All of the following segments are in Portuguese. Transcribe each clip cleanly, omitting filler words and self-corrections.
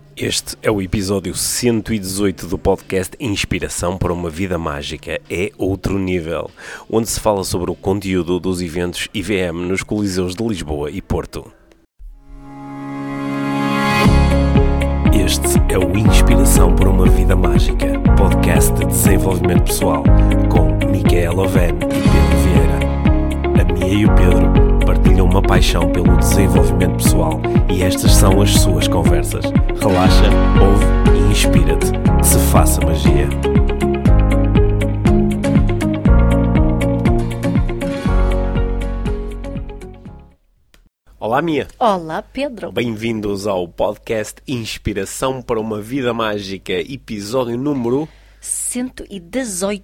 Este é o episódio 118 do podcast Inspiração para uma Vida Mágica. É outro nível, onde se fala sobre o conteúdo dos eventos IVM nos Coliseus de Lisboa e Porto. Este é o Inspiração para uma Vida Mágica, podcast de desenvolvimento pessoal, com Micaela Oven e Pedro Vieira. A Mia e o Pedro partilham uma paixão pelo desenvolvimento pessoal e estas são as suas conversas. Relaxa, ouve e inspira-te. Que se faça magia. Olá, Mia. Olá, Pedro. Bem-vindos ao podcast Inspiração para uma Vida Mágica, episódio número 118.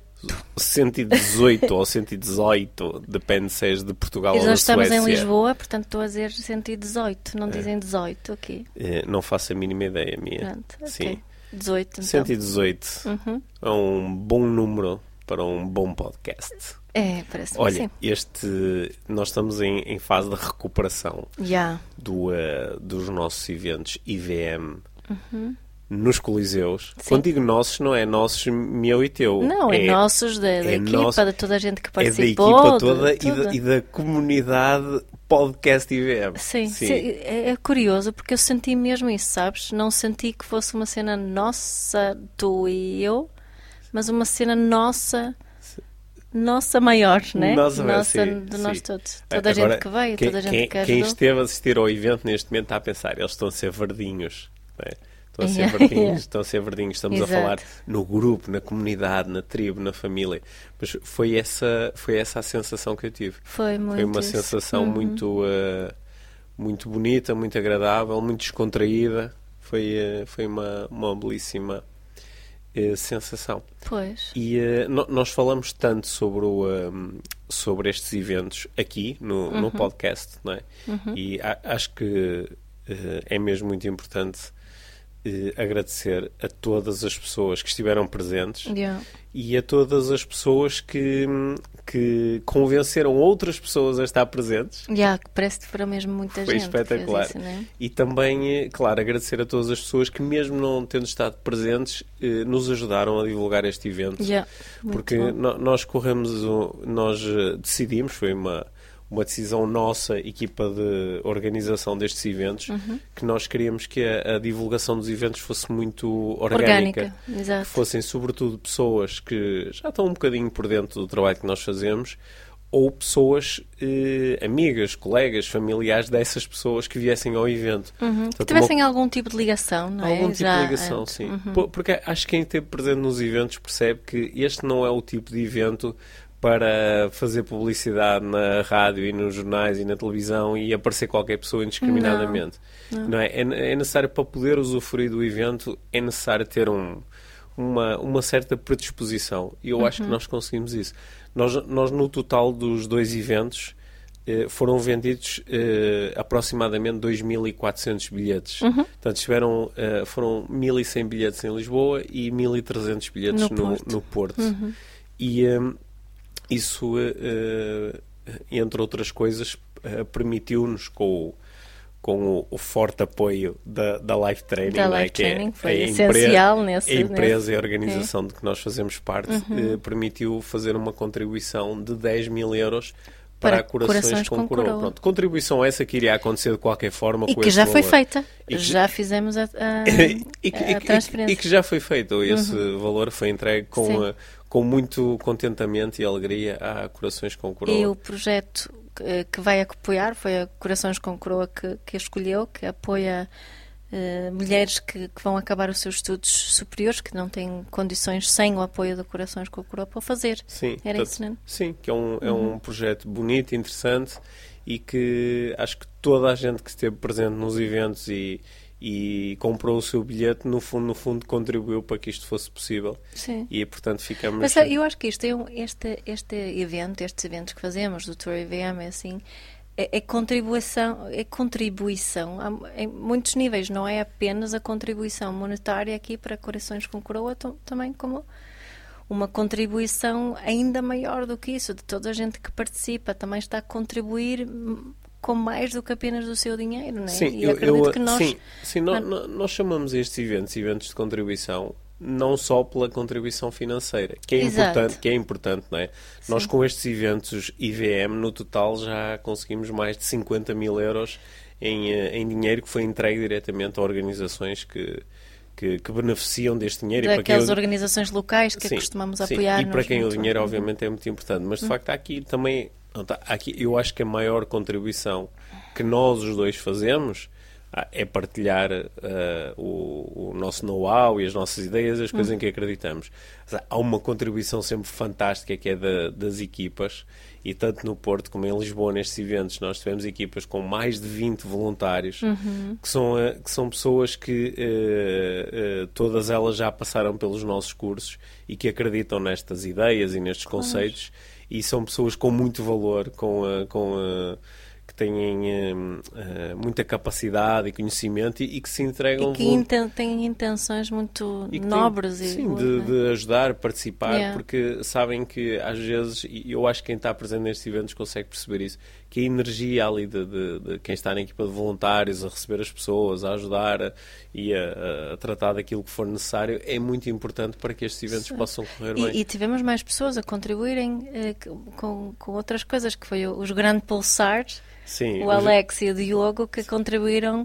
118 ou 118, depende se és de Portugal ou da Nós estamos Suécia. em Lisboa, portanto estou a dizer 118, não dizem 18 aqui. Não faço a mínima ideia, Mia. Pronto, Sim. ok. 18, então. 118 é um bom número para um bom podcast. É, parece-me Olha, sim. nós estamos em fase de recuperação Já. dos nossos eventos IVM nos Coliseus. Sim. Quando digo nossos, não é nossos meu e teu. Não, é nossos, da equipa, nosso, de toda a gente que é da participou. equipa toda e da comunidade podcast IVM. Sim. É curioso porque eu senti mesmo isso, sabes? Não senti que fosse uma cena nossa, tu e eu, mas uma cena nossa maior, né? Nossa, de nós sim. todos. Toda a Agora, gente que veio, toda a gente que quem ajudou. esteve a assistir ao evento neste momento está a pensar, eles estão a ser verdinhos. Não é? Estão a ser verdinhos. Estamos Exato. a falar no grupo, na comunidade, na tribo, na família. Mas foi essa a sensação que eu tive. Foi Uma isso. sensação muito bonita, muito agradável, muito descontraída. Foi uma belíssima sensação. Pois. E nós falamos tanto sobre estes eventos aqui no podcast, não é? E acho que é mesmo muito importante agradecer a todas as pessoas que estiveram presentes e a todas as pessoas que convenceram outras pessoas a estar presentes. Que parece que foram mesmo muita Foi gente. espetacular. Que fez isso, né? E também, claro, agradecer a todas as pessoas que, mesmo não tendo estado presentes, nos ajudaram a divulgar este evento. Porque nós decidimos, foi uma decisão nossa, equipa de organização destes eventos, que nós queríamos que a divulgação dos eventos fosse muito orgânica. Exato. Que fossem sobretudo pessoas que já estão um bocadinho por dentro do trabalho que nós fazemos, ou pessoas, amigas, colegas, familiares dessas pessoas que viessem ao evento. Que tivessem algum tipo de ligação, não é? Algum tipo de ligação, sim. Porque acho que quem esteve presente nos eventos percebe que este não é o tipo de evento para fazer publicidade na rádio e nos jornais e na televisão e aparecer qualquer pessoa indiscriminadamente. Não é? É necessário, para poder usufruir do evento, é necessário ter uma certa predisposição. E eu acho que nós conseguimos isso. Nós no total dos dois eventos, foram vendidos aproximadamente 2.400 bilhetes. Portanto, foram 1.100 bilhetes em Lisboa e 1.300 bilhetes no Porto. E isso, entre outras coisas, permitiu-nos, com o forte apoio da Life Training, Da Life Training, foi essencial nesse... A empresa e a organização de que nós fazemos parte, permitiu fazer uma contribuição de 10 mil euros para Corações com Coroa. Pronto, contribuição essa que iria acontecer de qualquer forma. E com que esse já valor. foi feita. E que já fizemos a transferência. E que já foi feito. Esse valor foi entregue com muito contentamento e alegria a Corações com Coroa. E o projeto que vai apoiar foi a Corações com Coroa que escolheu, que apoia mulheres que vão acabar os seus estudos superiores, que não têm condições sem o apoio da Corações com Coroa para fazer. Sim, Era isso, não é? Sim, que é um projeto bonito, interessante e que acho que toda a gente que esteve presente nos eventos e comprou o seu bilhete, no fundo contribuiu para que isto fosse possível. Sim. E, portanto, ficamos... Mas eu acho que estes eventos que fazemos do Tour IVM, é assim, é contribuição em muitos níveis, não é apenas a contribuição monetária aqui para Corações com Coroa, também como uma contribuição ainda maior do que isso, de toda a gente que participa, também está a contribuir com mais do que apenas do seu dinheiro, não é? Sim, E acredito que nós... nós chamamos estes eventos de contribuição, não só pela contribuição financeira, que é importante, não é? Sim. Nós com estes eventos IVM, no total, já conseguimos mais de 50 mil euros em dinheiro que foi entregue diretamente a organizações que beneficiam deste dinheiro. Daquelas organizações locais que costumamos apoiar. E para quem o dinheiro, obviamente, é muito importante. Mas, de facto, há aqui também... eu acho que a maior contribuição que nós os dois fazemos é partilhar o nosso know-how e as nossas ideias, as coisas em que acreditamos. Há uma contribuição sempre fantástica que é das equipas, e tanto no Porto como em Lisboa, nestes eventos, nós tivemos equipas com mais de 20 voluntários, que são pessoas que todas elas já passaram pelos nossos cursos e que acreditam nestas ideias e nestes conceitos, e são pessoas com muito valor, que têm muita capacidade e conhecimento e que se entregam... E que têm intenções muito nobres. De ajudar, participar, porque sabem que às vezes, e eu acho que quem está presente nestes eventos consegue perceber isso, que a energia ali de quem está na equipa de voluntários a receber as pessoas, a ajudar e a tratar daquilo que for necessário é muito importante para que estes eventos possam correr bem. E tivemos mais pessoas a contribuírem com outras coisas, que foi os Grandes Pulsares. Sim, o Alex e o Diogo, que contribuíram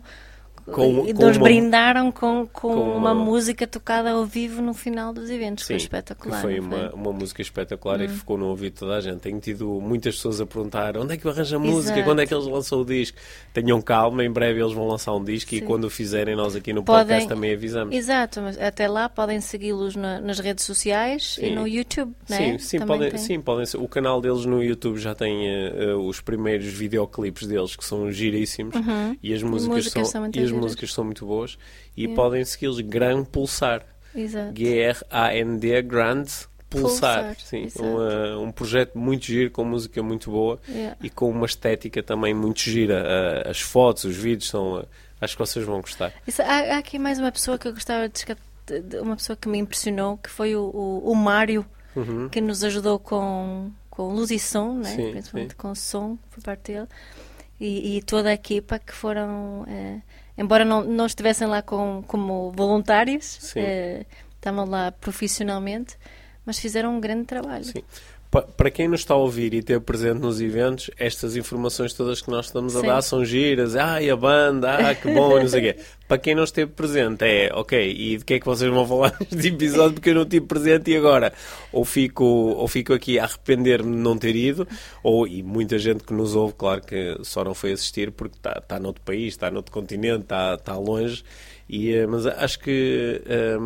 e nos brindaram com uma música tocada ao vivo no final dos eventos. Foi espetacular. Que foi uma música espetacular e que ficou no ouvido de toda a gente. Tenho tido muitas pessoas a perguntar onde é que eu arranjo a música, quando é que eles lançam o disco. Tenham calma, em breve eles vão lançar um disco e quando o fizerem nós aqui no podcast também avisamos. Exato, mas até lá podem segui-los nas redes sociais e no YouTube, não é? Podem. O canal deles no YouTube já tem os primeiros videoclipes deles, que são giríssimos, e as músicas são muito boas, e podem segui-los. Grand Pulsar. Exato. G-R-A-N-D, Grand Pulsar. Sim, um projeto muito giro, com música muito boa e com uma estética também muito gira. As fotos, os vídeos acho que vocês vão gostar. Há aqui mais uma pessoa que eu gostava uma pessoa que me impressionou, que foi o Mário, que nos ajudou com luz e som, né? Principalmente com som por parte dele, e toda a equipa, que foram... embora não estivessem lá como voluntários, estavam lá profissionalmente, mas fizeram um grande trabalho. Sim. Para quem nos está a ouvir e esteve presente nos eventos, estas informações todas que nós estamos a dar são giras. A banda, que bom, não sei o quê. Para quem não esteve presente, ok, e de que é que vocês vão falar neste episódio porque eu não estive presente e agora? Ou fico aqui a arrepender-me de não ter ido, e muita gente que nos ouve, claro que só não foi assistir porque está noutro país, está noutro continente, está longe, mas acho que...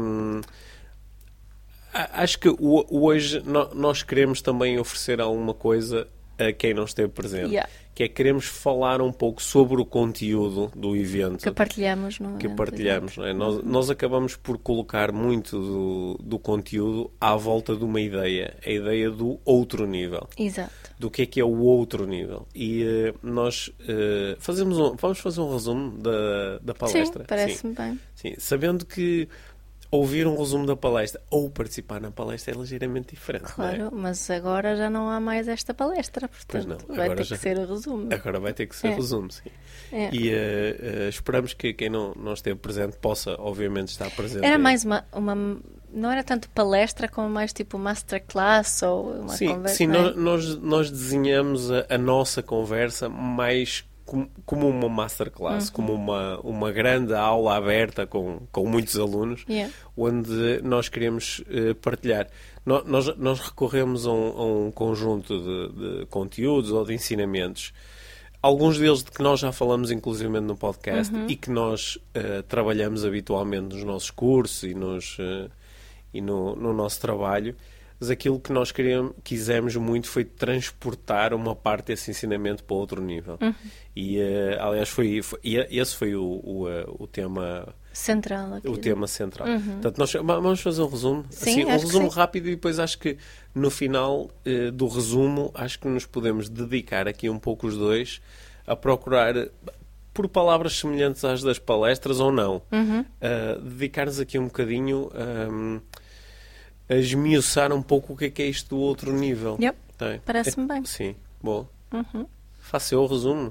Acho que hoje nós queremos também oferecer alguma coisa a quem não esteve presente. Que é, queremos falar um pouco sobre o conteúdo do evento. Que partilhamos, não é? Nós acabamos por colocar muito do conteúdo à volta de uma ideia. A ideia do outro nível. Exato. Do que é o outro nível. E nós vamos fazer um resumo da palestra. Sim, parece-me bem. Sim, sabendo que ouvir um resumo da palestra ou participar na palestra é ligeiramente diferente. Claro, mas agora já não há mais esta palestra, portanto vai ter que ser o resumo. Agora vai ter que ser o resumo, sim. E esperamos que quem não esteve presente possa, obviamente, estar presente. Era mais uma não era tanto palestra como mais tipo masterclass ou uma conversa. Sim, nós desenhamos a nossa conversa mais como uma masterclass, como uma grande aula aberta com muitos alunos, onde nós queremos partilhar. Nós recorremos a um conjunto de conteúdos ou de ensinamentos, alguns deles de que nós já falamos inclusivamente no podcast e que nós trabalhamos habitualmente nos nossos cursos e no nosso trabalho. Mas aquilo que nós quisemos muito foi transportar uma parte desse ensinamento para outro nível. E, aliás, esse foi o tema central. O tema central. Portanto, nós vamos fazer um resumo. Sim, um resumo rápido, e depois acho que no final do resumo, acho que nos podemos dedicar aqui um pouco os dois a procurar, por palavras semelhantes às das palestras ou não, dedicar-nos aqui um bocadinho a esmiuçar um pouco o que é isto do outro nível. Parece-me bem. Sim, bom. Faça eu o resumo.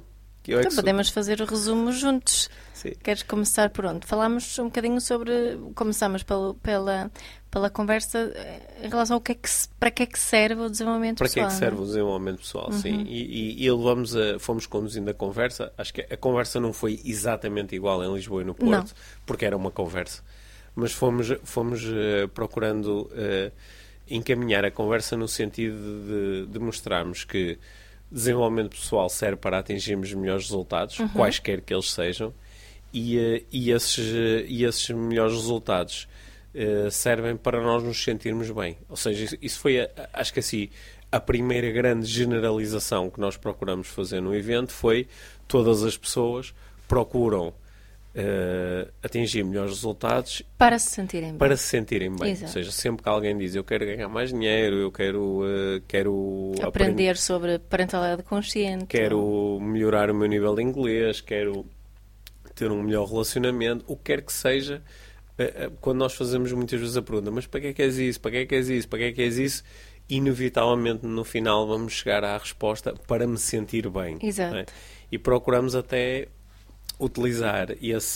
Então podemos fazer o resumo juntos. Sim. Queres começar por onde? Falámos um bocadinho sobre... Começámos pela conversa em relação ao para que é que serve o desenvolvimento pessoal. Para que é que serve o desenvolvimento pessoal, sim. E fomos conduzindo a conversa. Acho que a conversa não foi exatamente igual em Lisboa e no Porto, porque era uma conversa. Mas fomos procurando encaminhar a conversa no sentido de mostrarmos que desenvolvimento pessoal serve para atingirmos melhores resultados, quaisquer que eles sejam, e esses melhores resultados servem para nós nos sentirmos bem. Ou seja, isso foi, acho que assim, a primeira grande generalização que nós procuramos fazer no evento foi todas as pessoas procuram atingir melhores resultados para se sentirem bem. Para se sentirem bem. Exato. Ou seja, sempre que alguém diz eu quero ganhar mais dinheiro, eu quero aprender sobre parentalidade consciente, quero melhorar o meu nível de inglês, quero ter um melhor relacionamento, o que quer que seja, quando nós fazemos muitas vezes a pergunta, mas para que é que és isso? Para que é que és isso? Para que é que és isso? Inevitavelmente no final vamos chegar à resposta para me sentir bem. Exato. Né? E procuramos até utilizar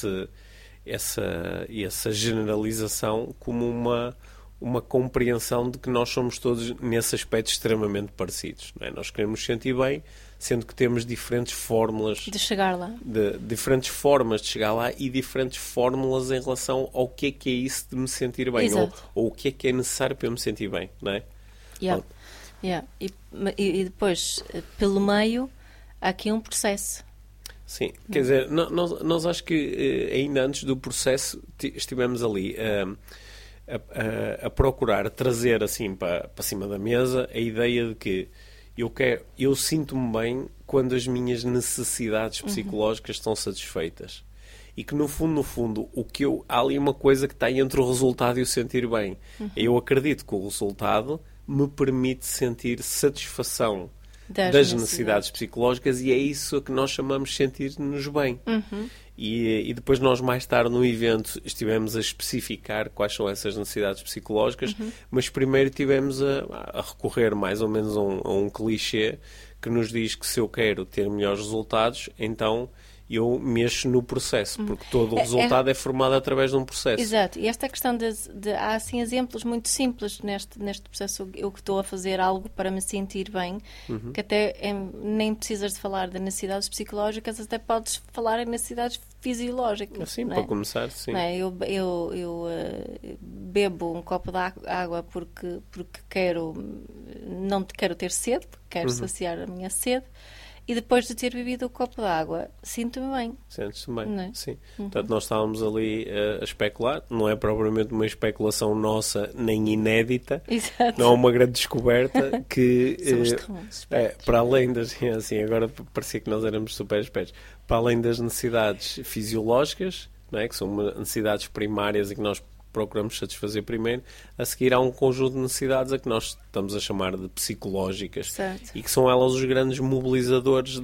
essa generalização como uma compreensão de que nós somos todos, nesse aspecto, extremamente parecidos. Não é? Nós queremos sentir bem, sendo que temos diferentes fórmulas de chegar lá. Diferentes formas de chegar lá e diferentes fórmulas em relação ao que é isso de me sentir bem, ou o que é necessário para eu me sentir bem. Não é? E depois, pelo meio, há aqui um processo. Sim, quer dizer, nós acho que ainda antes do processo estivemos ali a procurar trazer assim para cima da mesa a ideia de que eu sinto-me bem quando as minhas necessidades psicológicas estão satisfeitas. E que no fundo, há ali uma coisa que está entre o resultado e o sentir bem. Eu acredito que o resultado me permite sentir satisfação das necessidades psicológicas e é isso que nós chamamos de sentir-nos bem. E depois nós mais tarde no evento estivemos a especificar quais são essas necessidades psicológicas, mas primeiro tivemos a recorrer mais ou menos a um clichê que nos diz que se eu quero ter melhores resultados, então eu mexo no processo, porque todo o resultado é formado através de um processo. Exato, e esta questão há assim exemplos muito simples neste processo. Eu que estou a fazer algo para me sentir bem, que até nem precisas de falar de necessidades psicológicas, até podes falar em necessidades fisiológicas. Assim, não é? Para começar, sim. Não é? Eu bebo um copo de água porque não quero ter sede, porque quero saciar a minha sede. E depois de ter bebido o copo de água, sinto-me bem. Sentes-te bem, não é? Sim. Portanto, nós estávamos ali a especular. Não é propriamente uma especulação nossa, nem inédita. Exato. Não é uma grande descoberta que... Somos para além das... Assim, agora parecia que nós éramos super espertos. Para além das necessidades fisiológicas, não é? Que são necessidades primárias e que nós procuramos satisfazer primeiro, a seguir há um conjunto de necessidades a que nós estamos a chamar de psicológicas. Certo. E que são elas os grandes mobilizadores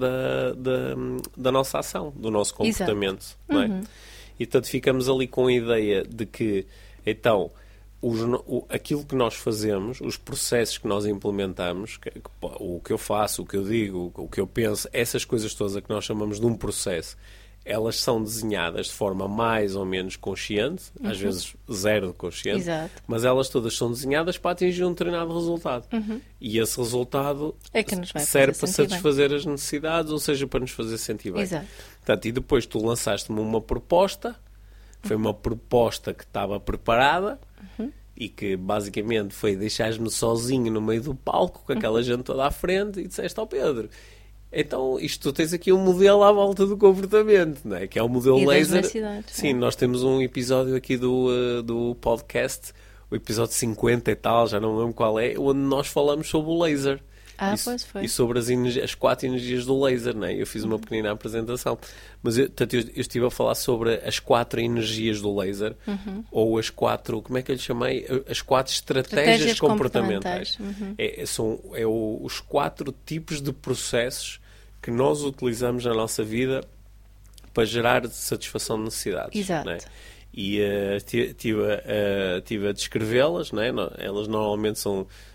da nossa ação, do nosso comportamento. Não é? E portanto ficamos ali com a ideia de que então aquilo que nós fazemos, os processos que nós implementamos, o que eu faço, o que eu digo, o que eu penso, essas coisas todas a que nós chamamos de um processo, elas são desenhadas de forma mais ou menos consciente, às vezes zero de consciente, Exato. mas elas todas são desenhadas para atingir um determinado resultado. E esse resultado que nos vai serve para sentir satisfazer as necessidades, ou seja, para nos fazer sentir bem. Exato. Portanto, e depois tu lançaste-me uma proposta, foi uma proposta que estava preparada, e que basicamente foi deixares-me sozinho no meio do palco, com aquela gente toda à frente, e disseste ao Pedro... Então, tu tens aqui um modelo à volta do comportamento, não é? Que é o modelo e laser. Sim, nós temos um episódio aqui do podcast, o episódio 50 e tal, já não lembro qual é, onde nós falamos sobre o laser. Pois foi. E sobre as 4 energias do laser, não é? Eu fiz uma pequenina apresentação. Mas eu estive a falar sobre as 4 energias do laser, ou as 4, como é que eu lhe chamei? As 4 estratégias comportamentais. São os 4 tipos de processos que nós utilizamos na nossa vida para gerar satisfação de necessidades. Exato. Não é? E estive a descrevê-las, não é? Elas normalmente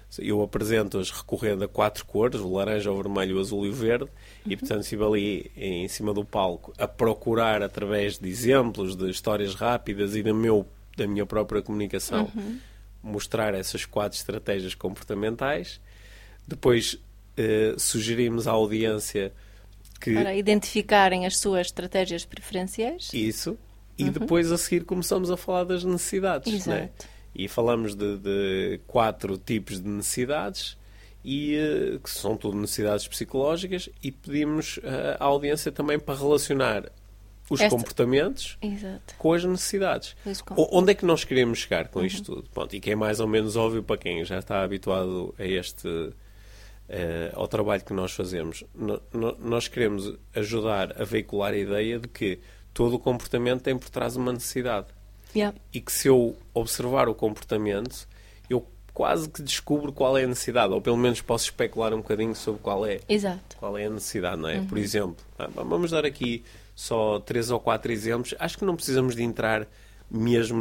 Eu apresento-as recorrendo a 4 cores, o laranja, o vermelho, o azul e o verde, e portanto estive ali em cima do palco a procurar, através de exemplos, de histórias rápidas e da minha própria comunicação, mostrar essas 4 estratégias comportamentais. Depois sugerimos à audiência que... Para identificarem as suas estratégias preferenciais. Isso. E depois, a seguir, começamos a falar das necessidades. Exato. Né? E falamos de 4 tipos de necessidades, que são tudo necessidades psicológicas, e pedimos à audiência também para relacionar os comportamentos com as necessidades. Onde é que nós queremos chegar com isto tudo? Pronto, e que é mais ou menos óbvio para quem já está habituado a ao trabalho que nós fazemos. Nós queremos ajudar a veicular a ideia de que todo o comportamento tem por trás uma necessidade. E que se eu observar o comportamento, eu quase que descubro qual é a necessidade, ou pelo menos posso especular um bocadinho sobre qual é a necessidade, não é? Por exemplo, vamos dar aqui só 3 ou 4 exemplos. Acho que não precisamos de entrar mesmo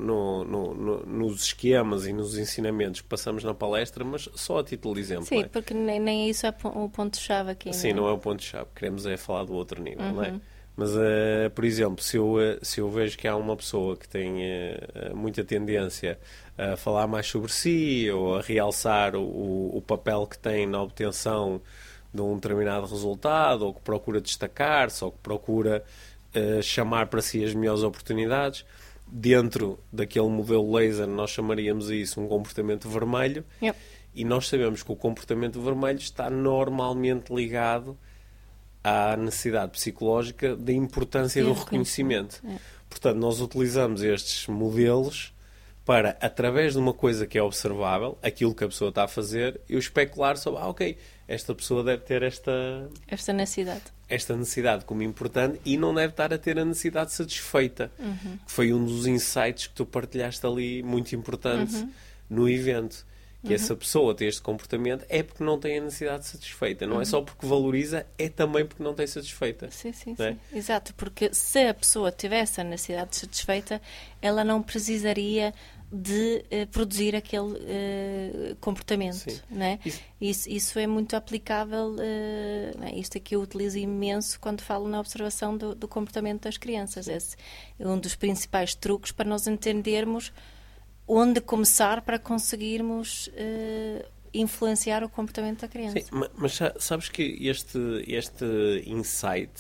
nos esquemas e nos ensinamentos que passamos na palestra, mas só a título de exemplo. Sim, porque nem isso é o ponto-chave aqui. Sim, não é o ponto-chave. Queremos falar do outro nível, não é? Mas, por exemplo, se eu vejo que há uma pessoa que tem muita tendência a falar mais sobre si ou a realçar o papel que tem na obtenção de um determinado resultado, ou que procura destacar-se, ou que procura chamar para si as melhores oportunidades, dentro daquele modelo laser nós chamaríamos isso um comportamento vermelho, e nós sabemos que o comportamento vermelho está normalmente ligado à necessidade psicológica da importância do reconhecimento. Portanto, nós utilizamos estes modelos para, através de uma coisa que é observável, aquilo que a pessoa está a fazer, eu especular sobre, ok, esta pessoa deve ter esta necessidade como importante, e não deve estar a ter a necessidade satisfeita. Que foi um dos insights que tu partilhaste ali, muito importante, no evento. Que essa pessoa tem este comportamento é porque não tem a necessidade satisfeita. Não é só porque valoriza, é também porque não tem satisfeita. Sim. É? Exato, porque se a pessoa tivesse a necessidade satisfeita, ela não precisaria de produzir aquele comportamento. Né? Isso é muito aplicável. Isto aqui eu utilizo imenso quando falo na observação do comportamento das crianças. Esse é um dos principais truques para nós entendermos onde começar para conseguirmos influenciar o comportamento da criança. Sim, mas sabes que este insight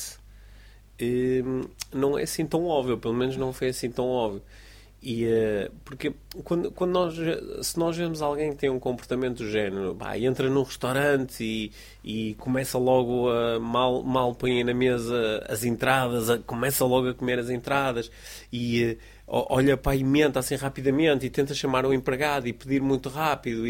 não é assim tão óbvio, pelo menos não foi assim tão óbvio. Porque se nós vemos alguém que tem um comportamento do género, entra num restaurante e começa logo mal põe na mesa as entradas, começa logo a comer as entradas e olha para a emenda assim rapidamente e tenta chamar o empregado e pedir muito rápido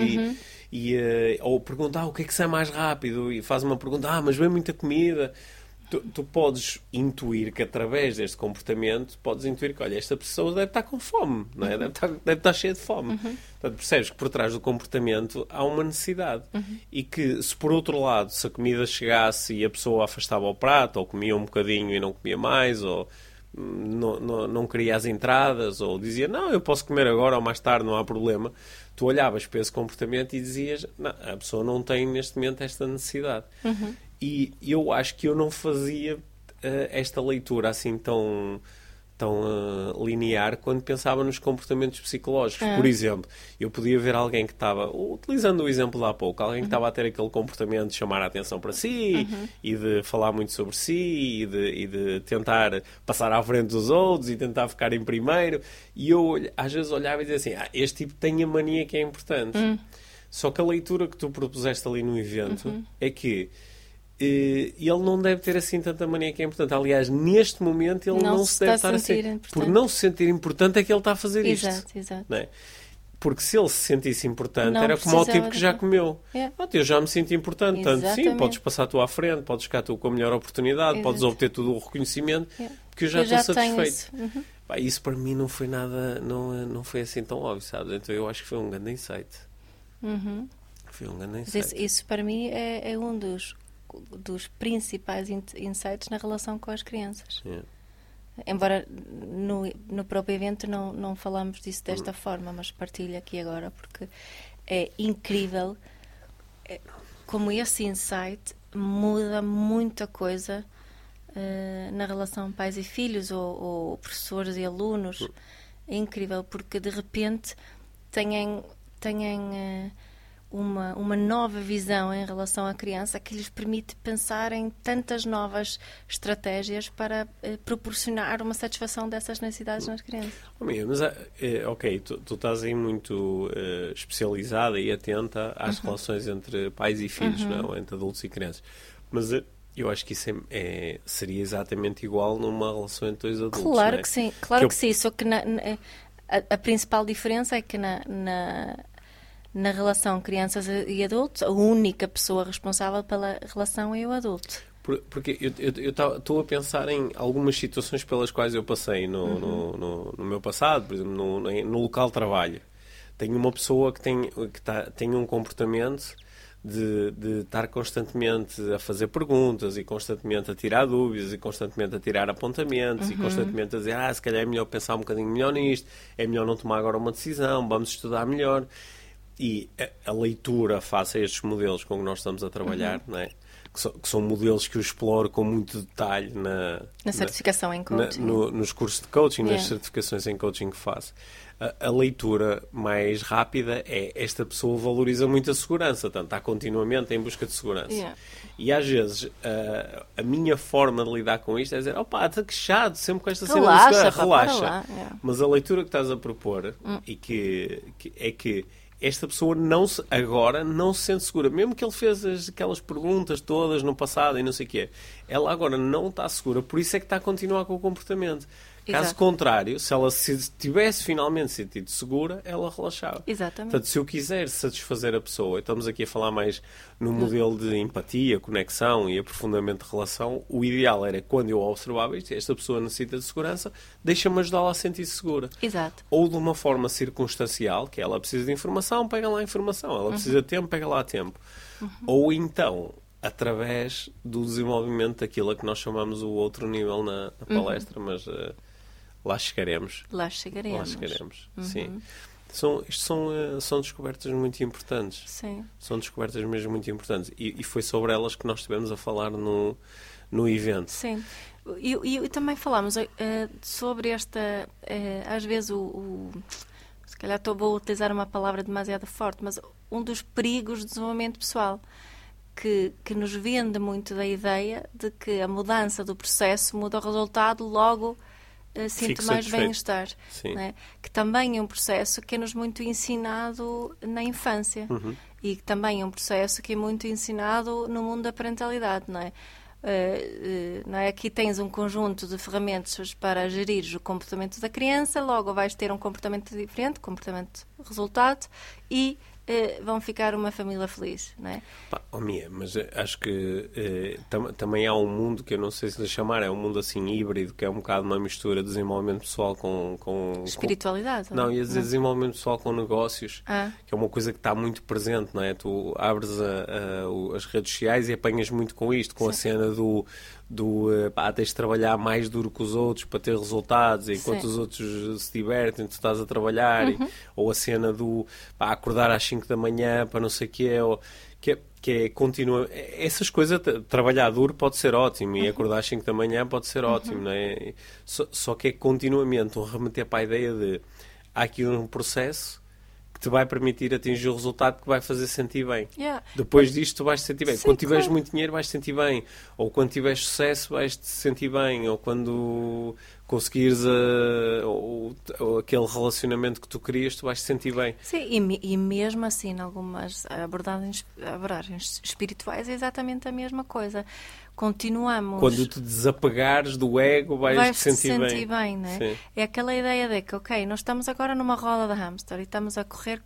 ou perguntar o que é que sai mais rápido e faz uma pergunta, mas vem muita comida. Tu podes intuir que através deste comportamento podes intuir que, olha, esta pessoa deve estar com fome, não é? Deve estar cheia de fome. Portanto, percebes que por trás do comportamento há uma necessidade. E que, se por outro lado, se a comida chegasse e a pessoa afastava o prato, ou comia um bocadinho e não comia mais, ou não queria as entradas, ou dizia, não, eu posso comer agora ou mais tarde, não há problema, tu olhavas para esse comportamento e dizias, não, a pessoa não tem neste momento esta necessidade. E eu acho que eu não fazia esta leitura assim tão linear quando pensava nos comportamentos psicológicos. Por exemplo, eu podia ver alguém que estava, utilizando o exemplo de há pouco, alguém que estava a ter aquele comportamento de chamar a atenção para si e de falar muito sobre si e de tentar passar à frente dos outros e tentar ficar em primeiro. E eu às vezes olhava e dizia assim, este tipo tem a mania que é importante. Só que a leitura que tu propuseste ali no evento é que ele não deve ter assim tanta mania que é importante. Aliás, neste momento ele não se deve estar a sentir. Por não se sentir importante é que ele está a fazer isto. Exato. Não é? Porque se ele se sentisse importante, era como o tipo que já comeu. Eu já me sinto importante. Tanto sim, podes passar tu à frente, podes ficar tu com a melhor oportunidade, podes obter todo o reconhecimento, porque eu já estou satisfeito. Isso para mim não foi nada, não foi assim tão óbvio, sabes? Então eu acho que foi um grande insight. Foi um grande insight. Isso para mim é um dos principais insights na relação com as crianças. Embora no próprio evento não falamos disso desta forma, mas partilho aqui agora, porque é incrível como esse insight muda muita coisa na relação pais e filhos ou professores e alunos. É incrível porque de repente têm uma nova visão em relação à criança que lhes permite pensar em tantas novas estratégias para proporcionar uma satisfação dessas necessidades nas crianças. Mas, ok, tu estás aí muito especializada e atenta às relações entre pais e filhos, não? Entre adultos e crianças. Mas eu acho que isso seria exatamente igual numa relação entre dois adultos. Claro, não é? que sim, claro que sim. Só que a principal diferença é que na relação crianças e adultos, a única pessoa responsável pela relação é o adulto. Porque eu estou a pensar em algumas situações pelas quais eu passei no meu passado, por exemplo, no local de trabalho. Tenho uma pessoa que tem um comportamento de estar constantemente a fazer perguntas e constantemente a tirar dúvidas e constantemente a tirar apontamentos e constantemente a dizer se calhar é melhor pensar um bocadinho melhor nisto, é melhor não tomar agora uma decisão, vamos estudar melhor. E a leitura face a estes modelos com que nós estamos a trabalhar, não é? Que são modelos que eu exploro com muito detalhe na certificação em coaching. Nos cursos de coaching, nas certificações em coaching que faço. A leitura mais rápida é esta pessoa valoriza muito a segurança, portanto, está continuamente em busca de segurança. Yeah. E às vezes a minha forma de lidar com isto é dizer, está queixado sempre com esta cena de segurança, relaxa. Mas a leitura que estás a propor e que é que esta pessoa agora não se sente segura. Mesmo que ele fez aquelas perguntas todas no passado e não sei o quê. Ela agora não está segura, por isso é que está a continuar com o comportamento. Exato. Caso contrário, se ela se tivesse finalmente sentido segura, ela relaxava. Exatamente. Portanto, se eu quiser satisfazer a pessoa, e estamos aqui a falar mais no modelo de empatia, conexão e aprofundamento de relação, o ideal era quando eu observava isto, esta pessoa necessita de segurança, deixa-me ajudá-la a sentir-se segura. Exato. Ou de uma forma circunstancial, que ela precisa de informação, pega lá a informação. Ela precisa de tempo, pega lá a tempo. Ou então, através do desenvolvimento daquilo a que nós chamamos o outro nível na palestra, mas lá chegaremos. Lá chegaremos. Sim. Isto são descobertas muito importantes. Sim. São descobertas mesmo muito importantes. E foi sobre elas que nós estivemos a falar no evento. Sim. E também falámos sobre esta... às vezes se calhar vou utilizar uma palavra demasiado forte, mas um dos perigos do desenvolvimento pessoal que nos vende muito da ideia de que a mudança do processo muda o resultado, logo sinto mais bem-estar. Né? Que também é um processo que é-nos muito ensinado na infância e que também é um processo que é muito ensinado no mundo da parentalidade, não é? Não é? Aqui tens um conjunto de ferramentas para gerir o comportamento da criança, logo vais ter um comportamento diferente, comportamento resultado, e vão ficar uma família feliz, não é? Mas acho que também há um mundo que eu não sei se lhe chamar, é um mundo assim híbrido, que é um bocado uma mistura de desenvolvimento pessoal com espiritualidade? Não, ia dizer desenvolvimento pessoal com negócios, que é uma coisa que está muito presente, não é? Tu abres as redes sociais e apanhas muito com isto, com a cena tens de trabalhar mais duro que os outros para ter resultados, enquanto os outros se divertem, tu estás a trabalhar, ou a cena acordar às 5 da manhã para não sei o quê, que é continua. Essas coisas, trabalhar duro pode ser ótimo e acordar às 5 da manhã pode ser ótimo, não é? Só que é continuamente um remeter para a ideia de há aqui um processo que te vai permitir atingir o resultado que vai fazer sentir bem. Depois disto tu vais te sentir bem. Quando tiveres muito dinheiro vais te sentir bem. Ou quando tiveres sucesso vais te sentir bem. Ou quando conseguires ou aquele relacionamento que tu querias, tu vais te sentir bem. Sim, e mesmo assim, em algumas abordagens espirituais é exatamente a mesma coisa. Continuamos... Quando te desapegares do ego, vais te sentir bem, não é? Sim. É aquela ideia de que, ok, nós estamos agora numa roda de hamster e estamos a correr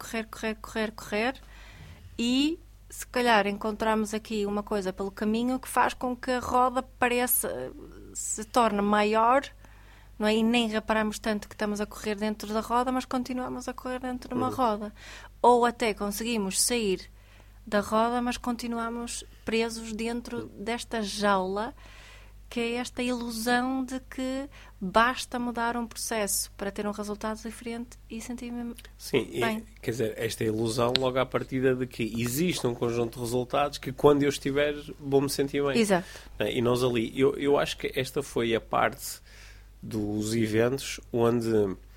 e se calhar encontramos aqui uma coisa pelo caminho que faz com que a roda se torne maior, não é? E nem reparamos tanto que estamos a correr dentro da roda, mas continuamos a correr dentro de uma roda. Ou até conseguimos sair da roda, mas continuamos presos dentro desta jaula que é esta ilusão de que basta mudar um processo para ter um resultado diferente e sentir-me bem. Quer dizer, esta ilusão logo à partida de que existe um conjunto de resultados que quando eu estiver vou-me sentir bem. Exato. E nós ali, eu acho que esta foi a parte dos eventos onde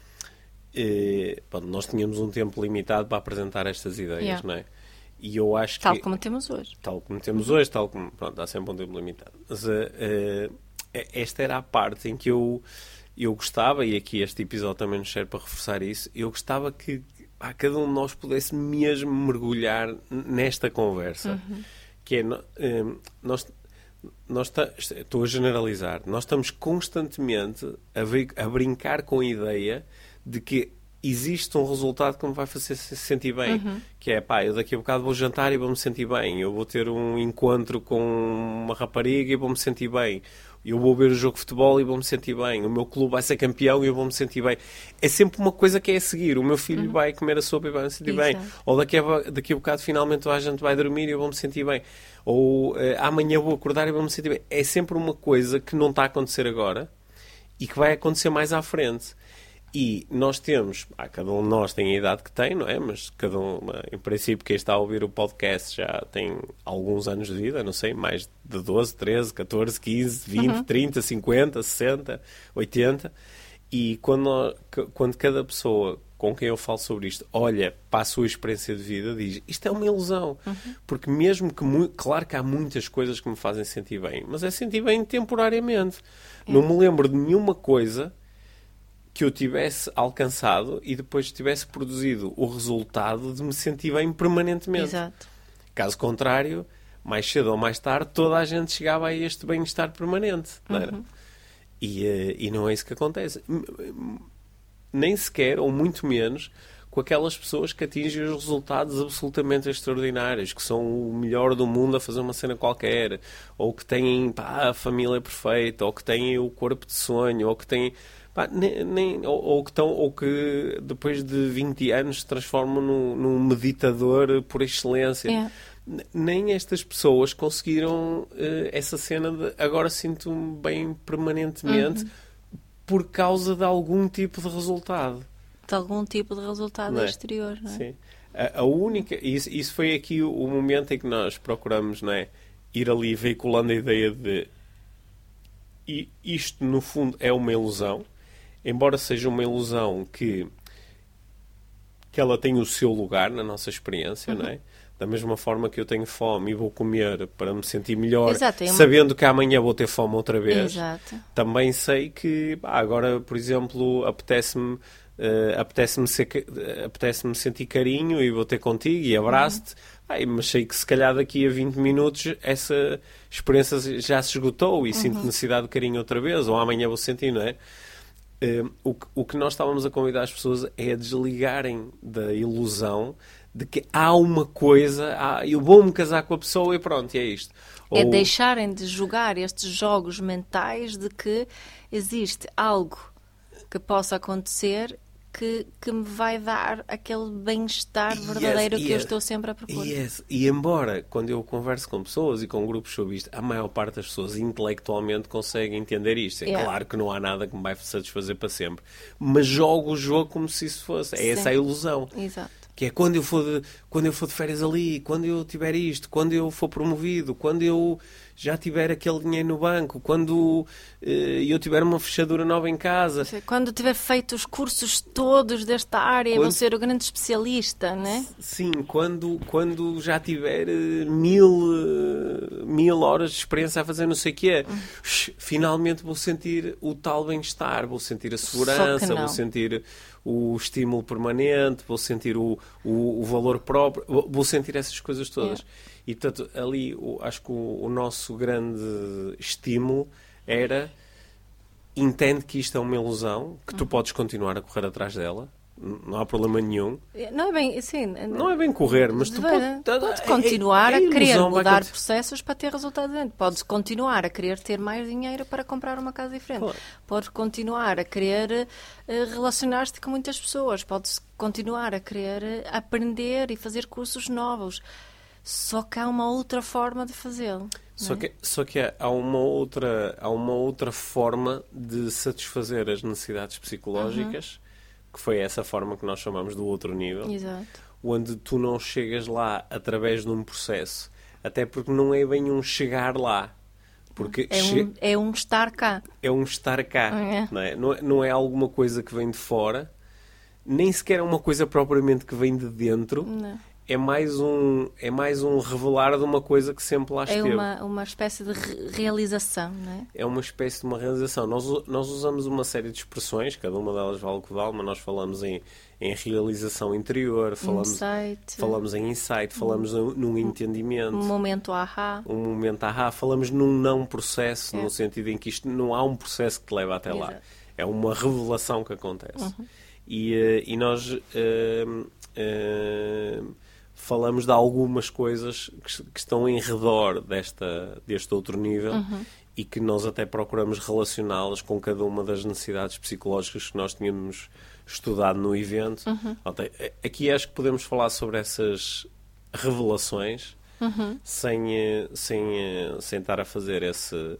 nós tínhamos um tempo limitado para apresentar estas ideias, não é? E eu acho tal como temos hoje. Tal como temos hoje, tal como... Pronto, há sempre um tempo limitado. Mas esta era a parte em que eu gostava, e aqui este episódio também nos serve para reforçar isso, eu gostava que cada um de nós pudesse mesmo mergulhar nesta conversa. Que é... estou a generalizar. Nós estamos constantemente a brincar com a ideia de que existe um resultado que me vai fazer se sentir bem. Que é, eu daqui a bocado vou jantar e vou-me sentir bem. Eu vou ter um encontro com uma rapariga e vou-me sentir bem. Eu vou ver o jogo de futebol e vou-me sentir bem. O meu clube vai ser campeão e eu vou-me sentir bem. É sempre uma coisa que é a seguir. O meu filho vai comer a sopa e vai-me sentir bem. Ou daqui a bocado finalmente a gente vai dormir e eu vou-me sentir bem. Ou amanhã vou acordar e vou-me sentir bem. É sempre uma coisa que não está a acontecer agora e que vai acontecer mais à frente. E nós temos, cada um de nós tem a idade que tem, não é? Mas cada um, em princípio, quem está a ouvir o podcast já tem alguns anos de vida, não sei, mais de 12, 13, 14, 15, 20, 30, 50, 60, 80. E quando cada pessoa com quem eu falo sobre isto olha para a sua experiência de vida, diz, isto é uma ilusão. Porque mesmo que, claro que há muitas coisas que me fazem sentir bem, mas é sentir bem temporariamente. Não me lembro de nenhuma coisa que eu tivesse alcançado e depois tivesse produzido o resultado de me sentir bem permanentemente. Exato. Caso contrário, mais cedo ou mais tarde, toda a gente chegava a este bem-estar permanente. Não era? E não é isso que acontece. Nem sequer, ou muito menos, com aquelas pessoas que atingem os resultados absolutamente extraordinários, que são o melhor do mundo a fazer uma cena qualquer, ou que têm a família perfeita, ou que têm o corpo de sonho, ou que têm... ou que depois de 20 anos se transformam num meditador por excelência. Nem estas pessoas conseguiram essa cena de agora sinto-me bem permanentemente por causa de algum tipo de resultado. De algum tipo de resultado exterior, não é? Sim. A única... Isso foi aqui o momento em que nós procuramos, não é, ir ali veiculando a ideia de isto, no fundo, é uma ilusão. Embora seja uma ilusão que ela tem o seu lugar na nossa experiência, não é? Da mesma forma que eu tenho fome e vou comer para me sentir melhor, sabendo que amanhã vou ter fome outra vez. Também sei que agora, por exemplo, apetece-me sentir carinho e vou ter contigo e abraço-te. Mas sei que se calhar daqui a 20 minutos essa experiência já se esgotou e sinto necessidade de carinho outra vez, ou amanhã vou sentir, não é? O que nós estávamos a convidar as pessoas é a desligarem da ilusão de que há uma coisa, eu vou-me casar com a pessoa e pronto, e é isto. É deixarem de jogar estes jogos mentais de que existe algo que possa acontecer que me vai dar aquele bem-estar verdadeiro que eu estou sempre a propor. E embora, quando eu converso com pessoas e com grupos sobre isto, a maior parte das pessoas intelectualmente consegue entender isto. É claro que não há nada que me vai satisfazer para sempre. Mas jogo o jogo como se isso fosse. É essa a ilusão. Exato. Que é quando eu for de férias ali, quando eu tiver isto, quando eu for promovido, quando eu já tiver aquele dinheiro no banco, quando eu tiver uma fechadura nova em casa. Quando tiver feito os cursos todos desta área, vou ser o grande especialista, não é? Sim, quando já tiver 1000 horas de experiência a fazer não sei o quê, finalmente vou sentir o tal bem-estar, vou sentir a segurança, vou sentir o estímulo permanente, vou sentir o valor próprio, vou sentir essas coisas todas. E, portanto, ali acho que o nosso grande estímulo era entende que isto é uma ilusão, que tu podes continuar a correr atrás dela, não há problema nenhum. Não é bem, sim, não é bem correr, mas tu podes continuar a querer mudar processos para ter resultados diferentes. Podes continuar a querer ter mais dinheiro para comprar uma casa diferente. Claro. Podes continuar a querer relacionar-te com muitas pessoas. Podes continuar a querer aprender e fazer cursos novos. Só que há uma outra forma de fazê-lo. Só que há uma outra forma de satisfazer as necessidades psicológicas, que foi essa forma que nós chamamos do outro nível. Exato. Onde tu não chegas lá através de um processo. Até porque não é bem um chegar lá. Porque é um estar cá. É um estar cá. Não é alguma coisa que vem de fora, nem sequer é uma coisa propriamente que vem de dentro. Não. É mais um revelar de uma coisa que sempre lá esteve. É uma espécie de realização, não é? É uma espécie de uma realização. Nós usamos uma série de expressões, cada uma delas vale o que vale, mas nós falamos em realização interior, falamos em insight, falamos num entendimento. Um momento ahá. Falamos num não processo, no sentido em que isto não há um processo que te leva até lá. É uma revelação que acontece. E nós... falamos de algumas coisas que estão em redor deste outro nível e que nós até procuramos relacioná-las com cada uma das necessidades psicológicas que nós tínhamos estudado no evento. Aqui acho que podemos falar sobre essas revelações sem estar a fazer esse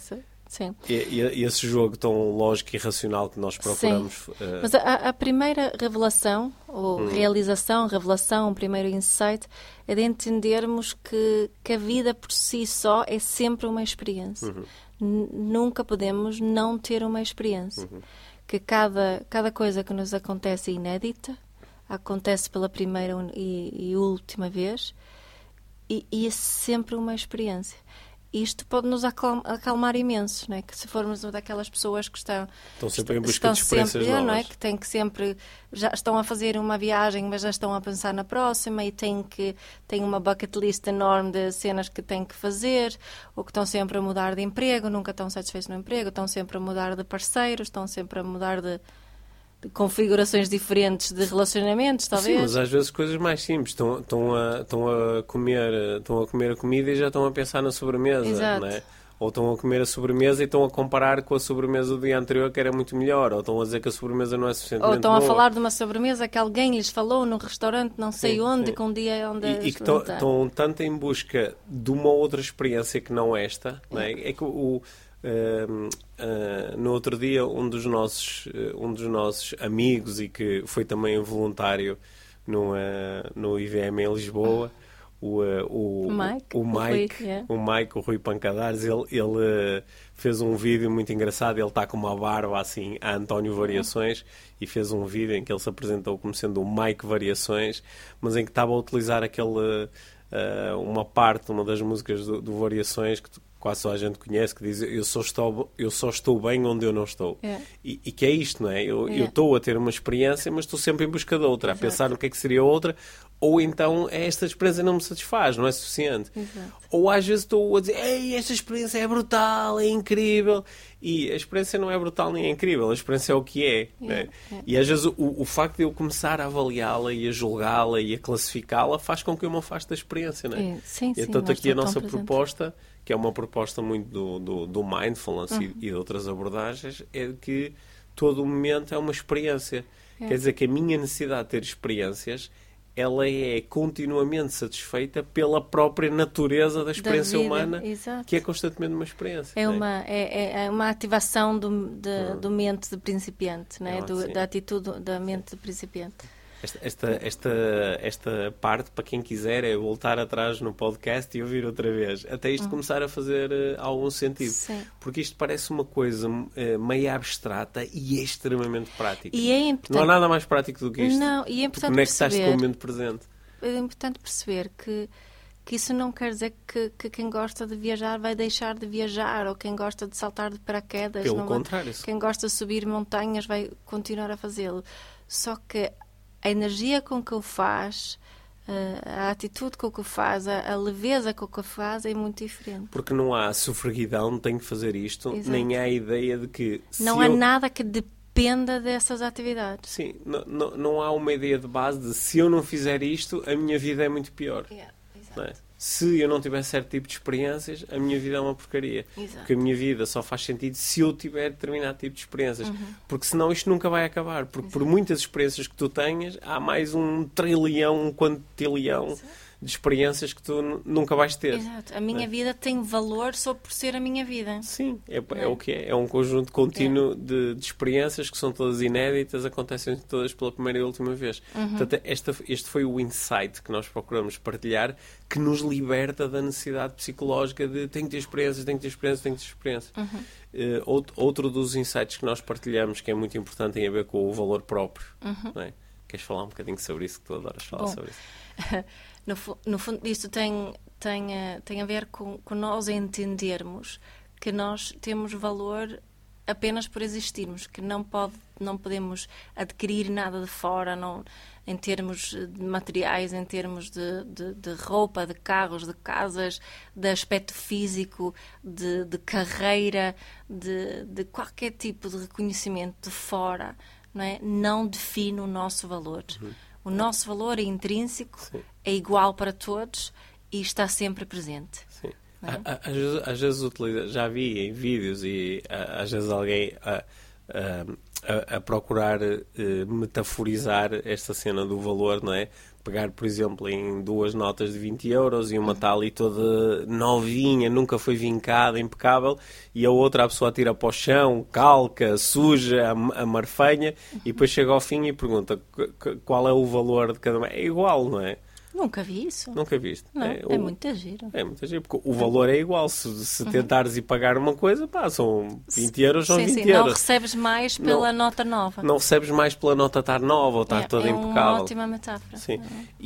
jogo tão lógico e racional que nós procuramos. Mas a primeira revelação, ou revelação, o primeiro insight, é de entendermos que a vida por si só é sempre uma experiência. Nunca podemos não ter uma experiência. Que cada coisa que nos acontece é inédita, acontece pela primeira e última vez, e é sempre uma experiência. Isto pode nos acalmar imenso, não é? Que se formos daquelas pessoas que estão sempre em busca de experiências novas, não é? Que têm que sempre, já estão a fazer uma viagem, mas já estão a pensar na próxima e têm uma bucket list enorme de cenas que têm que fazer, ou que estão sempre a mudar de emprego, nunca estão satisfeitos no emprego, estão sempre a mudar de parceiros, estão sempre a mudar de configurações diferentes de relacionamentos, talvez. Sim, mas às vezes coisas mais simples. Estão a comer a comida e já estão a pensar na sobremesa. Exato. Não é? Ou estão a comer a sobremesa e estão a comparar com a sobremesa do dia anterior, que era muito melhor. Ou estão a dizer que a sobremesa não é suficientemente Ou estão boa. a falar de uma sobremesa que alguém lhes falou no restaurante, não sei onde, com um dia onde... E que estão tanto em busca de uma outra experiência que não esta. Não é? É que no outro dia um dos nossos amigos e que foi também voluntário no IVM em Lisboa, o Mike, o Rui Pancadares, ele fez um vídeo muito engraçado. Ele está com uma barba assim a António Variações e fez um vídeo em que ele se apresentou como sendo o Mike Variações, mas em que estava a utilizar uma das músicas do Variações que quase só a gente conhece, que diz eu só estou bem onde eu não estou. E que é isto, não é? Eu estou a ter uma experiência, mas estou sempre em busca de outra. Exato. A pensar no que é que seria outra, ou então esta experiência não me satisfaz, não é suficiente. Exato. Ou às vezes estou a dizer esta experiência é brutal, é incrível, e a experiência não é brutal nem é incrível, a experiência é o que é. Né? E às vezes o facto de eu começar a avaliá-la e a julgá-la e a classificá-la faz com que eu me afaste da experiência. Não é? Sim, então aqui a nossa proposta, que é uma proposta muito do mindfulness e de outras abordagens, é que todo o momento é uma experiência. Quer dizer que a minha necessidade de ter experiências, ela é continuamente satisfeita pela própria natureza da experiência humana, que é constantemente uma experiência. É uma ativação do mente de principiante, não é? Da atitude da mente de principiante. Esta parte, para quem quiser, é voltar atrás no podcast e ouvir outra vez, até isto começar a fazer algum sentido. Sim. Porque isto parece uma coisa meio abstrata e é extremamente prática. E é importante... Não há nada mais prático do que isto. Não, e é importante conectaste com o momento presente. É importante perceber que isso não quer dizer que quem gosta de viajar vai deixar de viajar, ou quem gosta de saltar de paraquedas, pelo contrário. Quem gosta de subir montanhas vai continuar a fazê-lo. Só que a energia com que o faz, a atitude com que o faz, a leveza com que o faz é muito diferente. Porque não há sofreguidão, tenho que fazer isto. Exato. Nem há a ideia de que... Não há nada que dependa dessas atividades. Sim, não há uma ideia de base de se eu não fizer isto, a minha vida é muito pior. Não é? Se eu não tiver certo tipo de experiências, a minha vida é uma porcaria. Exato. Porque a minha vida só faz sentido se eu tiver determinado tipo de experiências. Porque senão isto nunca vai acabar. Porque por muitas experiências que tu tenhas, há mais 1 trilhão, 1 quantilhão de experiências que tu nunca vais ter. Exato. A minha vida tem valor só por ser a minha vida. Sim, é o que é. É um conjunto contínuo de experiências que são todas inéditas, acontecem todas pela primeira e última vez. Portanto, este foi o insight que nós procuramos partilhar, que nos liberta da necessidade psicológica de tenho que ter experiências, tenho que ter experiências, tenho que ter experiências. Outro dos insights que nós partilhamos, que é muito importante, tem a ver com o valor próprio. Não é? Queres falar um bocadinho sobre isso, que tu adoras falar sobre isso? No fundo, isto tem a ver com nós entendermos que nós temos valor apenas por existirmos, que não podemos adquirir nada de fora, em termos de materiais, em termos de roupa, de carros, de casas, de aspecto físico, de carreira, de qualquer tipo de reconhecimento de fora, não é? Não define o nosso valor. O nosso valor é intrínseco, Sim. é igual para todos e está sempre presente. Sim. Às vezes utiliza, já vi em vídeos e às vezes alguém a procurar metaforizar esta cena do valor, não é? Pegar, por exemplo, em 2 notas de 20 euros e uma está ali toda novinha, nunca foi vincada, impecável, e a outra a pessoa tira para o chão, calca, suja, a marfanha, e depois chega ao fim e pergunta qual é o valor de cada uma. É igual, não é? Nunca vi isso. Nunca viste? Não, é muito giro. É muito giro, porque o valor é igual. Se tentares ir pagar uma coisa, pá, são 20 euros, são 20 euros. Não recebes mais pela nota nova. Não recebes mais pela nota estar nova ou estar toda impecável. É uma ótima metáfora. Sim.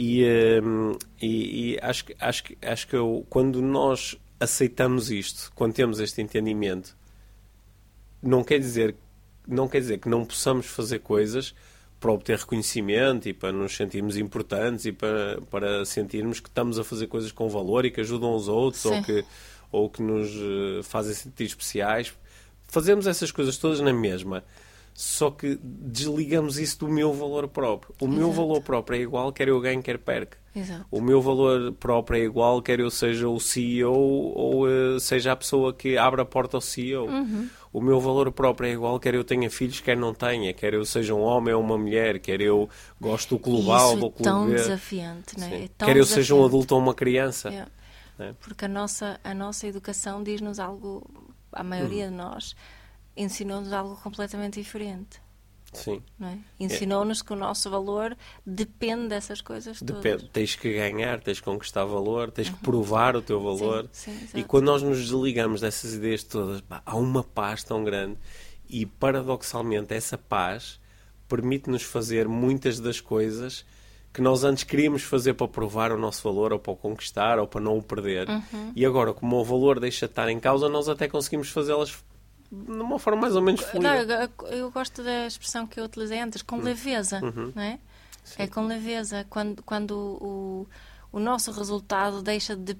E acho que quando nós aceitamos isto, quando temos este entendimento, não quer dizer que não possamos fazer coisas para obter reconhecimento e para nos sentirmos importantes e para sentirmos que estamos a fazer coisas com valor e que ajudam os outros ou que nos fazem sentir especiais. Fazemos essas coisas todas na mesma, só que desligamos isso do meu valor próprio. O meu valor próprio é igual, quer eu ganhe, quer perca. Exato. O meu valor próprio é igual, quer eu seja o CEO ou seja a pessoa que abre a porta ao CEO. O meu valor próprio é igual, quer eu tenha filhos, quer não tenha, quer eu seja um homem ou uma mulher, quer eu goste do clube A ou do clube B. Isso é tão desafiante, não é? Quer eu seja um adulto ou uma criança. É. Porque a nossa educação diz-nos algo, a maioria de nós, ensinou-nos algo completamente diferente. Sim. Não é? Ensinou-nos que o nosso valor depende dessas coisas todas. Tens que ganhar, tens que conquistar valor, tens que provar o teu valor. Sim, e quando nós nos desligamos dessas ideias todas, há uma paz tão grande. E, paradoxalmente, essa paz permite-nos fazer muitas das coisas que nós antes queríamos fazer para provar o nosso valor, ou para o conquistar, ou para não o perder. E agora, como o valor deixa de estar em causa, nós até conseguimos fazê-las de uma forma mais ou menos fluida. Eu gosto da expressão que eu utilizei antes, com leveza, não é? Sim. É com leveza, quando o nosso resultado deixa de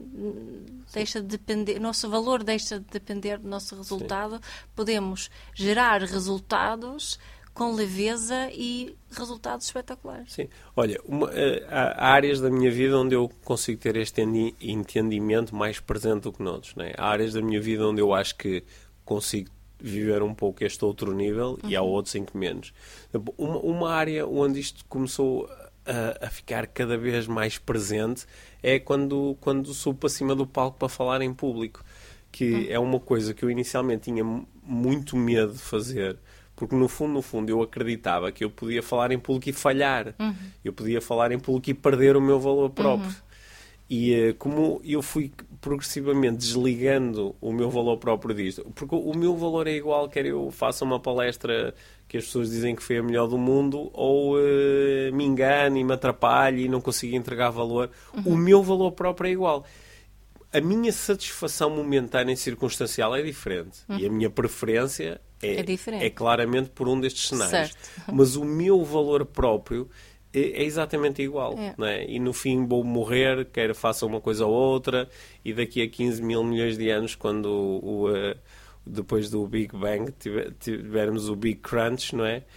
depender, o nosso valor deixa de depender do nosso resultado, podemos gerar resultados com leveza e resultados espetaculares. Sim. Olha, há áreas da minha vida onde eu consigo ter este entendimento mais presente do que noutros, não é? Há áreas da minha vida onde eu acho que consigo viver um pouco este outro nível e há outros em que menos. Uma área onde isto começou a ficar cada vez mais presente é quando subo para cima do palco para falar em público, que é uma coisa que eu inicialmente tinha muito medo de fazer, porque no fundo eu acreditava que eu podia falar em público e falhar. Eu podia falar em público e perder o meu valor próprio. E como eu fui progressivamente desligando o meu valor próprio disto, porque o meu valor é igual, quer eu faça uma palestra que as pessoas dizem que foi a melhor do mundo, ou me engane e me atrapalhe e não consiga entregar valor. O meu valor próprio é igual. A minha satisfação momentânea e circunstancial é diferente. E a minha preferência é claramente por um destes cenários. Certo. Mas o meu valor próprio é exatamente igual. Não é? E no fim vou morrer, quer faça uma coisa ou outra, e daqui a 15 mil milhões de anos, quando depois do Big Bang tivermos o Big Crunch, não é?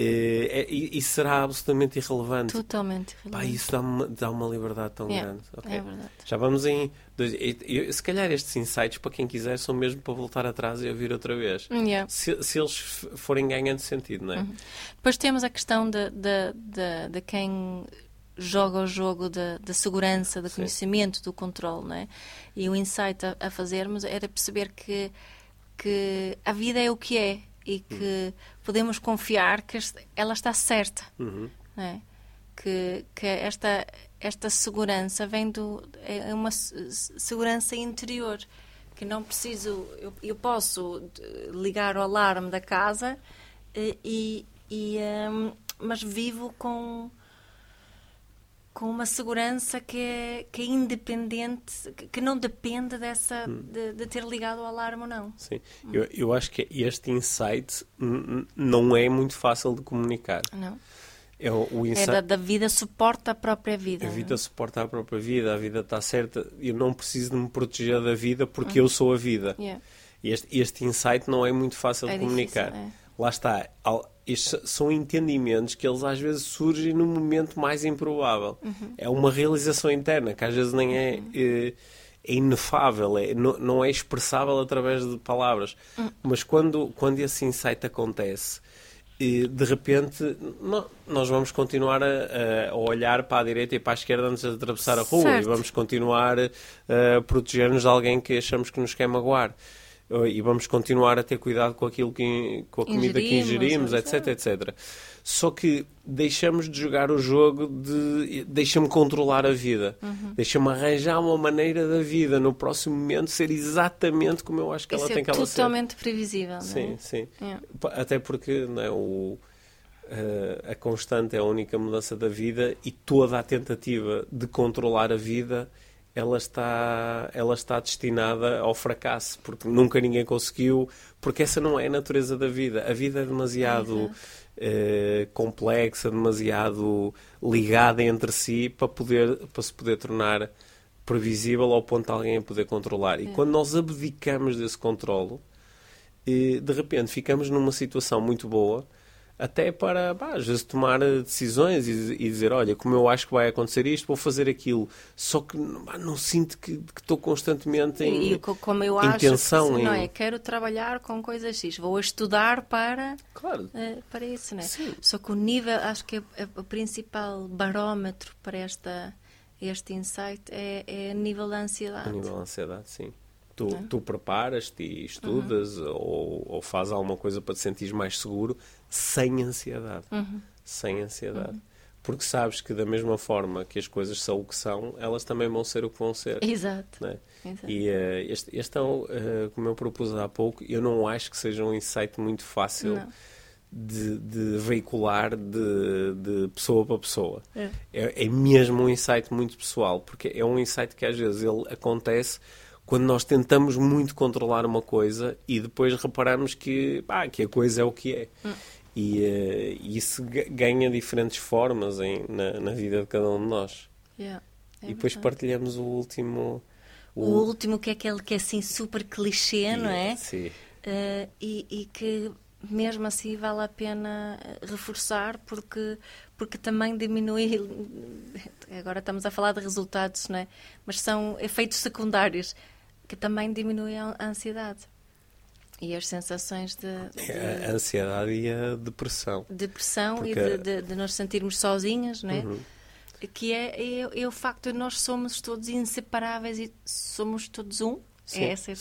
E será absolutamente irrelevante. Totalmente irrelevante. Isso dá uma liberdade tão grande. Okay? É verdade. Já vamos em... Se calhar estes insights, para quem quiser, são mesmo para voltar atrás e ouvir outra vez. Se eles forem ganhando sentido, não é? Depois temos a questão de quem joga o jogo da segurança, do conhecimento, do controle, não é? E o insight a fazermos era perceber que a vida é o que é e que podemos confiar que ela está certa, não é? Que esta segurança é uma segurança interior, que não preciso, eu posso ligar o alarme da casa mas vivo com uma segurança que é independente, que não depende de ter ligado o alarme ou não. Sim, eu acho que este insight não é muito fácil de comunicar. Não. O insight... É da vida suporta a própria vida. A vida suporta a própria vida, a vida está certa. Eu não preciso de me proteger da vida porque eu sou a vida. Yeah. Este insight não é muito fácil de comunicar. Difícil, Lá está. Estes são entendimentos que eles às vezes surgem no momento mais improvável. É uma realização interna que às vezes nem é inefável, não é expressável através de palavras. Mas quando esse insight acontece, de repente nós vamos continuar a olhar para a direita e para a esquerda antes de atravessar a rua, certo. E vamos continuar a proteger-nos de alguém que achamos que nos quer magoar. E vamos continuar a ter cuidado com aquilo com a comida que ingerimos, etc. Só que deixamos de jogar o jogo deixa-me controlar a vida. Deixa-me arranjar uma maneira da vida no próximo momento ser exatamente como eu acho que ela tem que ela ser. Totalmente previsível. Sim, não é? sim. Yeah. Até porque não é, a constante é a única mudança da vida e toda a tentativa de controlar a vida ela está destinada ao fracasso, porque nunca ninguém conseguiu, porque essa não é a natureza da vida. A vida é demasiado complexa, demasiado ligada entre si para se poder tornar previsível ao ponto de alguém a poder controlar. E quando nós abdicamos desse controlo, de repente ficamos numa situação muito boa, até para, às vezes, tomar decisões e dizer, olha, como eu acho que vai acontecer isto, vou fazer aquilo. Só que não sinto que estou constantemente em como eu intenção. Acho, não é? Quero trabalhar com coisas X, vou estudar para isso, não é? Sim. Só que o nível, acho que o principal barómetro para este insight é o nível da ansiedade. O nível da ansiedade, sim. Tu preparas-te e estudas ou fazes alguma coisa para te sentires mais seguro sem ansiedade. Sem ansiedade. Porque sabes que da mesma forma que as coisas são o que são, elas também vão ser o que vão ser. Exato. Não é? Exato. E este é como eu propus há pouco, eu não acho que seja um insight muito fácil de veicular de pessoa para pessoa. É mesmo um insight muito pessoal, porque é um insight que às vezes ele acontece quando nós tentamos muito controlar uma coisa e depois reparamos que a coisa é o que é. E isso ganha diferentes formas na vida de cada um de nós. E depois partilhamos o último... O último que é aquele que é assim super clichê, não é? Sim. E que mesmo assim vale a pena reforçar porque também diminui... Agora estamos a falar de resultados, não é? Mas são efeitos secundários que também diminuem a ansiedade e as sensações de a ansiedade e a depressão. Porque... e de nos sentirmos sozinhas, não é? Que é o facto de nós somos todos inseparáveis e somos todos um. Sim, essa é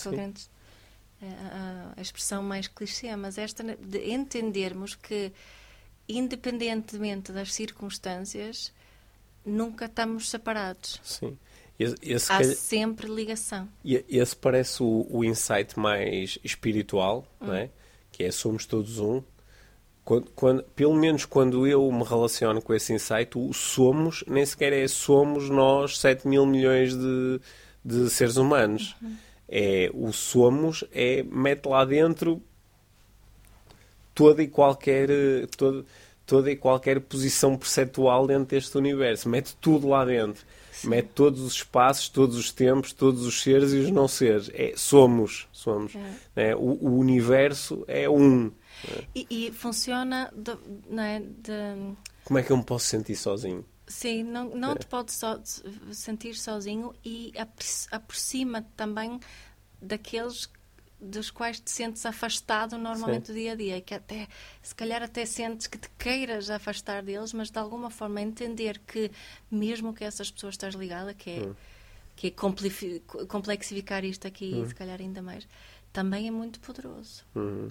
a expressão mais clichê, mas esta de entendermos que, independentemente das circunstâncias, nunca estamos separados. Sim. Há sempre ligação. Esse parece o insight mais espiritual, não é? Que é somos todos um. Pelo menos quando eu me relaciono com esse insight, o somos nem sequer é somos nós 7 mil milhões de seres humanos. O somos mete lá dentro toda e qualquer posição perceptual dentro deste universo. Mete tudo lá dentro. Sim. Mete todos os espaços, todos os tempos, todos os seres e os não seres. Somos. O universo é um. E funciona, não é? Como é que eu me posso sentir sozinho? Sim, não te podes sentir sozinho e aproxima-te também daqueles dos quais te sentes afastado normalmente do dia a dia, que até, se calhar até sentes que te queiras afastar deles, mas de alguma forma entender que mesmo que essas pessoas estás ligada, que é complexificar isto aqui, se calhar ainda mais, também é muito poderoso.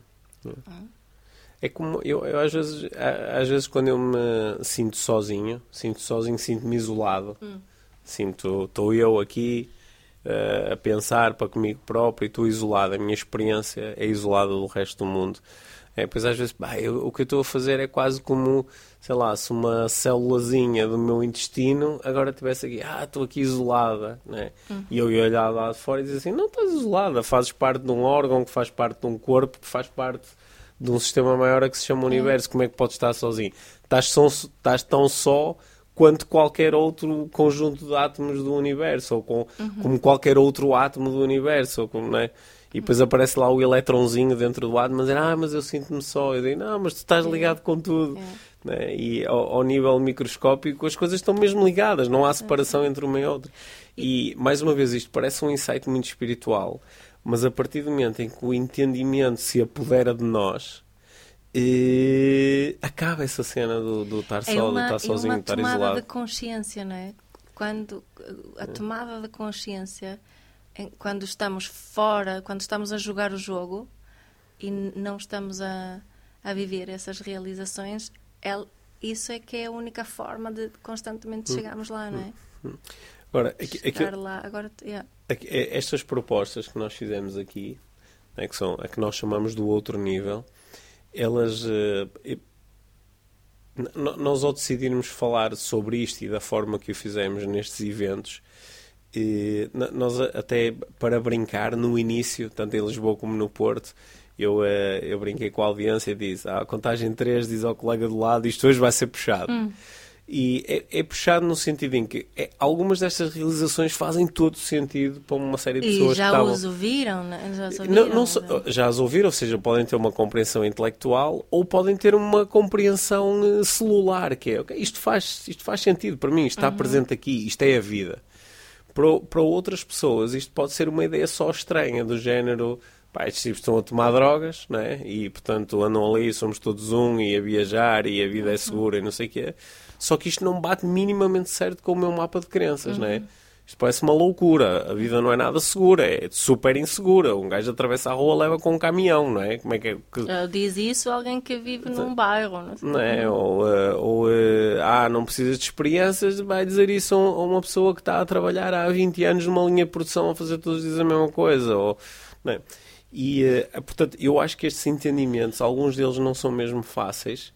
É como eu às vezes quando eu me sinto-me isolado. Estou eu aqui a pensar para comigo próprio e estou isolado. A minha experiência é isolada do resto do mundo. Pois às vezes, o que eu estou a fazer é quase como, sei lá, se uma célulazinha do meu intestino agora estivesse aqui, estou aqui isolada, né? E eu ia olhar lá de fora e dizer assim, não estás isolada, fazes parte de um órgão, que faz parte de um corpo, que faz parte de um sistema maior a que se chama universo. Como é que podes estar sozinho? Estás tão só quanto qualquer outro conjunto de átomos do universo, ou como qualquer outro átomo do universo, ou como, não é? E depois aparece lá o eletronzinho dentro do átomo, mas eu sinto-me só. Eu digo, não, mas tu estás ligado com tudo. Né? E ao nível microscópico as coisas estão mesmo ligadas, não há separação entre uma e outra. E, mais uma vez, isto parece um insight muito espiritual, mas a partir do momento em que o entendimento se apodera de nós, acaba essa cena do estar só, de estar sozinho, de estar isolado. É uma tomada de consciência, não é? Quando a tomada de consciência, quando estamos fora, quando estamos a jogar o jogo e não estamos a viver essas realizações, isso é que é a única forma de constantemente chegarmos lá, não é? Agora, lá. Agora, estas propostas que nós fizemos aqui, né, que são a que nós chamamos do outro nível, elas, nós ao decidirmos falar sobre isto e da forma que o fizemos nestes eventos, nós até para brincar no início, tanto em Lisboa como no Porto, eu brinquei com a audiência e disse, a contagem 3 diz ao colega do lado, isto hoje vai ser puxado. E é puxado no sentido em que algumas destas realizações fazem todo sentido para uma série de pessoas que estavam... E já os ouviram, né? Já as ouviram, ou seja, podem ter uma compreensão intelectual ou podem ter uma compreensão celular, que é, isto faz sentido para mim, isto está presente aqui, isto é a vida. Para outras pessoas isto pode ser uma ideia só estranha, do género... estes tipos estão a tomar drogas, não é? E, portanto, andam ali, somos todos e a viajar, e a vida é segura, e não sei o quê. Só que isto não bate minimamente certo com o meu mapa de crenças, não é? Isto parece uma loucura. A vida não é nada segura, é super insegura. Um gajo atravessa a rua, leva com um caminhão, não é? Como é que é? Diz isso alguém que vive num bairro, não é? Não precisas de experiências, vai dizer isso a uma pessoa que está a trabalhar há 20 anos numa linha de produção a fazer todos os dias a mesma coisa, não é? E, portanto, eu acho que estes entendimentos, alguns deles não são mesmo fáceis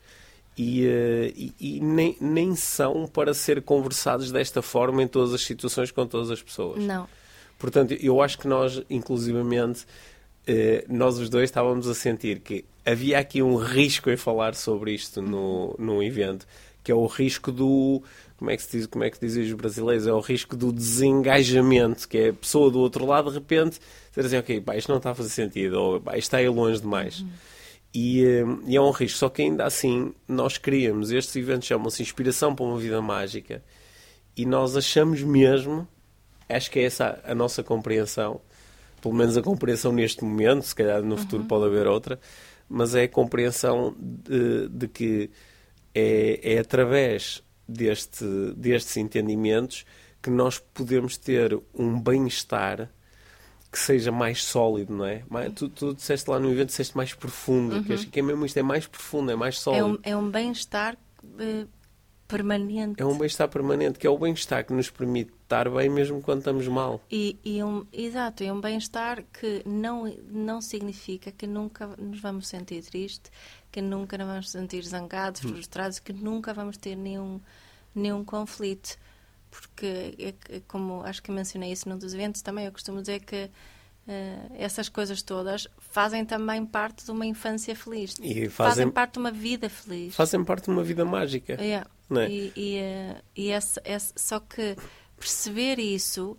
e nem são para ser conversados desta forma em todas as situações com todas as pessoas. Não. Portanto, eu acho que nós, inclusivamente, nós os dois estávamos a sentir que havia aqui um risco em falar sobre isto no evento, que é o risco do... Como é que dizem os brasileiros? É o risco do desengajamento, que é a pessoa do outro lado, de repente, dizer assim, ok, isto não está a fazer sentido, ou isto está aí longe demais. E é um risco. Só que ainda assim, nós queríamos, estes eventos chamam-se Inspiração para uma Vida Mágica, e nós achamos mesmo, acho que é essa a nossa compreensão, pelo menos a compreensão neste momento, se calhar no futuro pode haver outra, mas é a compreensão de que é através destes entendimentos que nós podemos ter um bem-estar que seja mais sólido, não é? Tu disseste lá no evento, disseste mais profundo, que acho que é mesmo isto, é mais profundo, é mais sólido. É um bem-estar permanente. É um bem-estar permanente, que é o bem-estar que nos permite estar bem mesmo quando estamos mal. Exato, é um bem-estar que não significa que nunca nos vamos sentir tristes, que nunca nos vamos sentir zangados, frustrados, que nunca vamos ter nenhum conflito. Porque, como acho que mencionei isso num dos eventos também, eu costumo dizer que essas coisas todas fazem também parte de uma infância feliz. E fazem parte de uma vida feliz. Fazem parte de uma vida mágica. Não é? Só que perceber isso,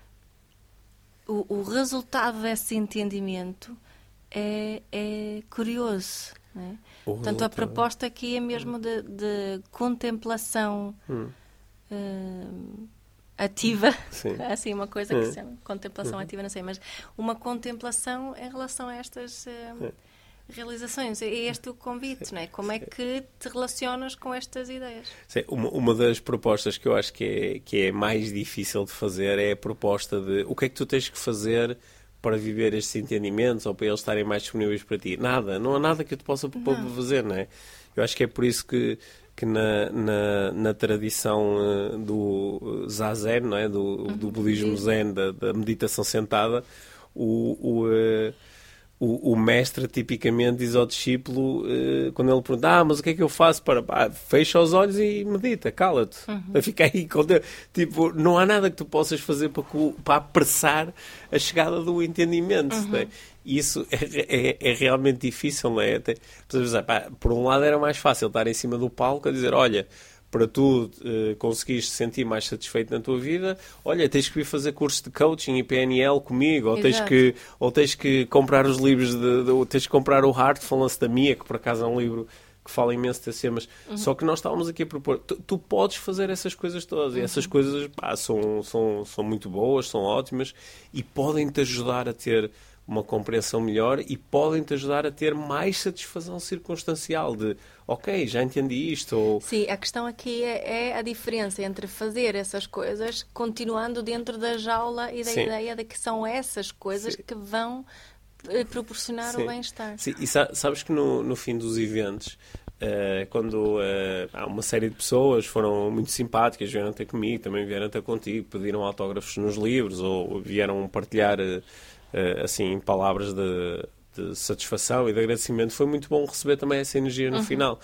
o resultado desse entendimento é curioso. Não é? Portanto, a proposta aqui é mesmo de contemplação ativa, Sim. assim, uma coisa que se chama contemplação ativa, não sei, mas uma contemplação em relação a estas realizações. É este o convite, não é? Como é que te relacionas com estas ideias? Sim, uma das propostas que eu acho que é mais difícil de fazer é a proposta de o que é que tu tens que fazer para viver estes entendimentos ou para eles estarem mais disponíveis para ti. Nada, não há nada que eu te possa propor para fazer, não é? Eu acho que é por isso que na tradição do Zazen, não é? do budismo Zen, da meditação sentada, o mestre tipicamente diz ao discípulo, quando ele pergunta, mas o que é que eu faço para... fecha os olhos e medita, cala-te. Fica aí com Deus. Tipo, não há nada que tu possas fazer para apressar a chegada do entendimento. Não é? E isso é realmente difícil, não é? Por um lado era mais fácil estar em cima do palco a dizer, olha, para tu conseguires te sentir mais satisfeito na tua vida, olha, tens que vir fazer cursos de coaching e PNL comigo, ou tens que comprar os livros, tens que comprar o Heartfulness da Mia, que por acaso é um livro que fala imenso desses temas. Só que nós estávamos aqui a propor, tu podes fazer essas coisas todas, e essas coisas são muito boas, são ótimas, e podem-te ajudar a ter uma compreensão melhor e podem-te ajudar a ter mais satisfação circunstancial de, ok, já entendi isto. Ou... Sim, a questão aqui é a diferença entre fazer essas coisas continuando dentro da jaula e da ideia de que são essas coisas que vão proporcionar o bem-estar. Sim, e sabes que no fim dos eventos, quando há uma série de pessoas foram muito simpáticas, vieram ter comigo, também vieram ter contigo, pediram autógrafos nos livros ou vieram partilhar assim, palavras de satisfação e de agradecimento, foi muito bom receber também essa energia no final.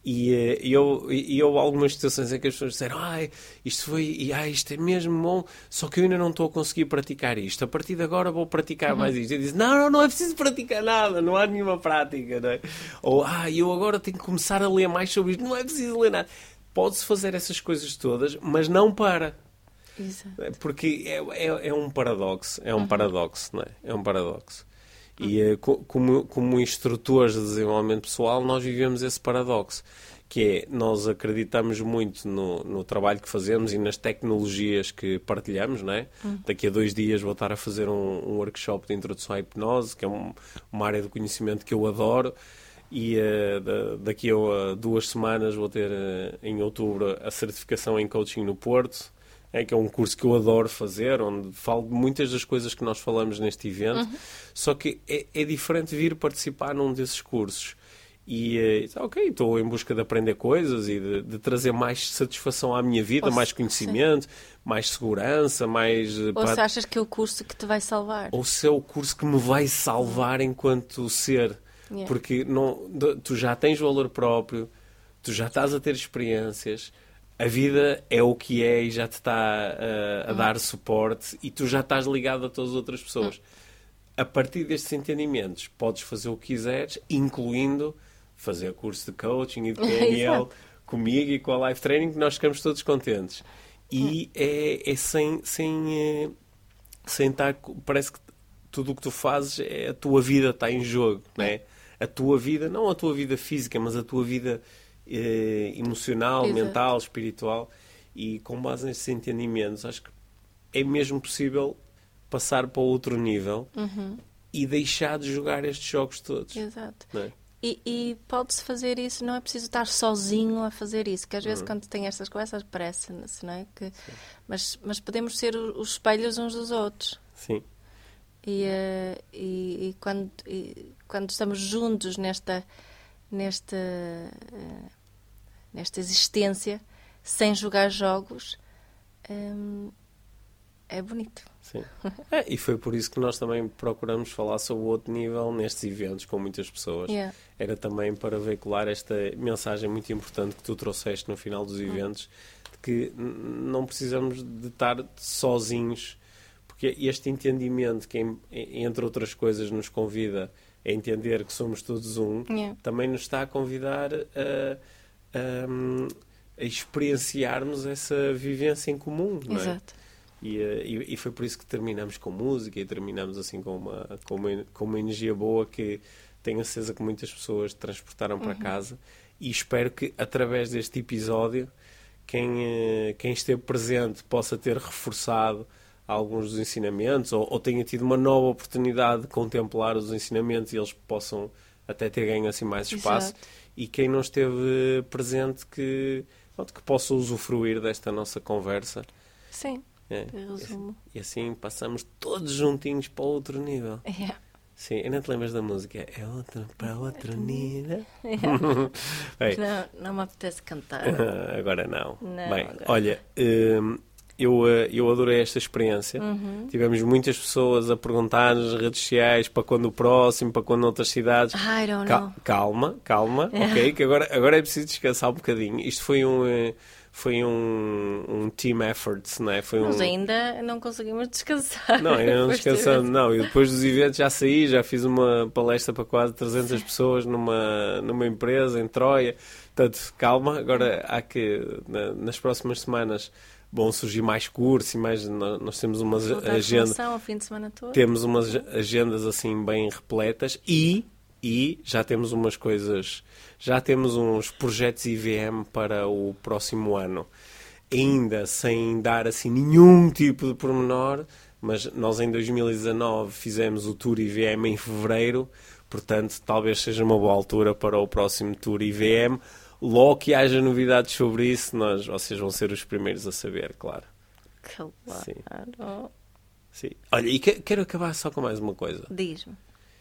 E houve algumas situações em que as pessoas disseram isto é mesmo bom, só que eu ainda não estou a conseguir praticar isto. A partir de agora vou praticar mais isto. Eu disse, não é preciso praticar nada, não há nenhuma prática. Não é? Ou, eu agora tenho que começar a ler mais sobre isto. Não é preciso ler nada. Pode-se fazer essas coisas todas, mas não para. Exato. Porque é um paradoxo, não é? É um paradoxo. E como instrutores de desenvolvimento pessoal, nós vivemos esse paradoxo, que é, nós acreditamos muito no trabalho que fazemos e nas tecnologias que partilhamos, não é? Daqui a 2 dias vou estar a fazer um workshop de introdução à hipnose, que é uma área de conhecimento que eu adoro, e daqui a 2 semanas vou ter, em outubro, a certificação em coaching no Porto, que é um curso que eu adoro fazer, onde falo de muitas das coisas que nós falamos neste evento, só que é diferente vir participar num desses cursos. E, estou em busca de aprender coisas e de trazer mais satisfação à minha vida, mais conhecimento, mais segurança, mais... Ou se achas que é o curso que te vai salvar? Ou se é o curso que me vai salvar enquanto ser. Porque tu já tens valor próprio, tu já estás a ter experiências... A vida é o que é e já te está a dar suporte e tu já estás ligado a todas as outras pessoas. A partir destes entendimentos, podes fazer o que quiseres, incluindo fazer curso de coaching e de PNL comigo e com a Life Training, que nós ficamos todos contentes. E é sem estar... Parece que tudo o que tu fazes, a tua vida está em jogo, não é? A tua vida, não a tua vida física, mas a tua vida... emocional, mental, espiritual, e com base nesses entendimentos acho que é mesmo possível passar para outro nível e deixar de jogar estes jogos todos. Exato. Não é? E pode-se fazer isso, não é preciso estar sozinho a fazer isso, que às vezes quando tem estas conversas parece-se, não é? Mas podemos ser os espelhos uns dos outros. Sim. E quando estamos juntos nesta existência, sem jogar jogos, é bonito. Sim. E foi por isso que nós também procuramos falar sobre o outro nível nestes eventos com muitas pessoas. Era também para veicular esta mensagem muito importante que tu trouxeste no final dos eventos, de que não precisamos de estar sozinhos, porque este entendimento que, entre outras coisas, nos convida a entender que somos todos um, também nos está a convidar a experienciarmos essa vivência em comum, não é? Exato. E foi por isso que terminamos com música e terminamos assim com uma energia boa que tenho a certeza que muitas pessoas transportaram para casa, e espero que através deste episódio quem esteve presente possa ter reforçado alguns dos ensinamentos ou tenha tido uma nova oportunidade de contemplar os ensinamentos e eles possam até ter ganho assim mais espaço. Exato. E quem não esteve presente que possa usufruir desta nossa conversa. Sim, resumo. E assim passamos todos juntinhos para outro nível. Yeah. Sim, ainda te lembras da música? É outro para outro nível. Não me apetece cantar. Agora não. Bem, agora. Olha, eu adorei esta experiência. Tivemos muitas pessoas a perguntar nas redes sociais para quando o próximo, para quando outras cidades. I don't know. Calma, ok? Que agora é preciso descansar um bocadinho. Isto foi um team effort, não é? Nós ainda não conseguimos descansar. Não, ainda não descansando, não. E depois dos eventos já fiz uma palestra para quase 300 pessoas numa empresa em Troia. Portanto, calma. Agora há que, nas próximas semanas, vão surgir mais cursos e mais. Nós temos umas agendas. Ao fim de semana todo. Temos umas agendas assim bem repletas e já temos umas coisas. Já temos uns projetos IVM para o próximo ano. Ainda sem dar assim nenhum tipo de pormenor, mas nós em 2019 fizemos o Tour IVM em fevereiro, portanto talvez seja uma boa altura para o próximo Tour IVM. Logo que haja novidades sobre isso, vocês vão ser os primeiros a saber, claro. Claro. Sim. Olha, e quero acabar só com mais uma coisa. Diz-me.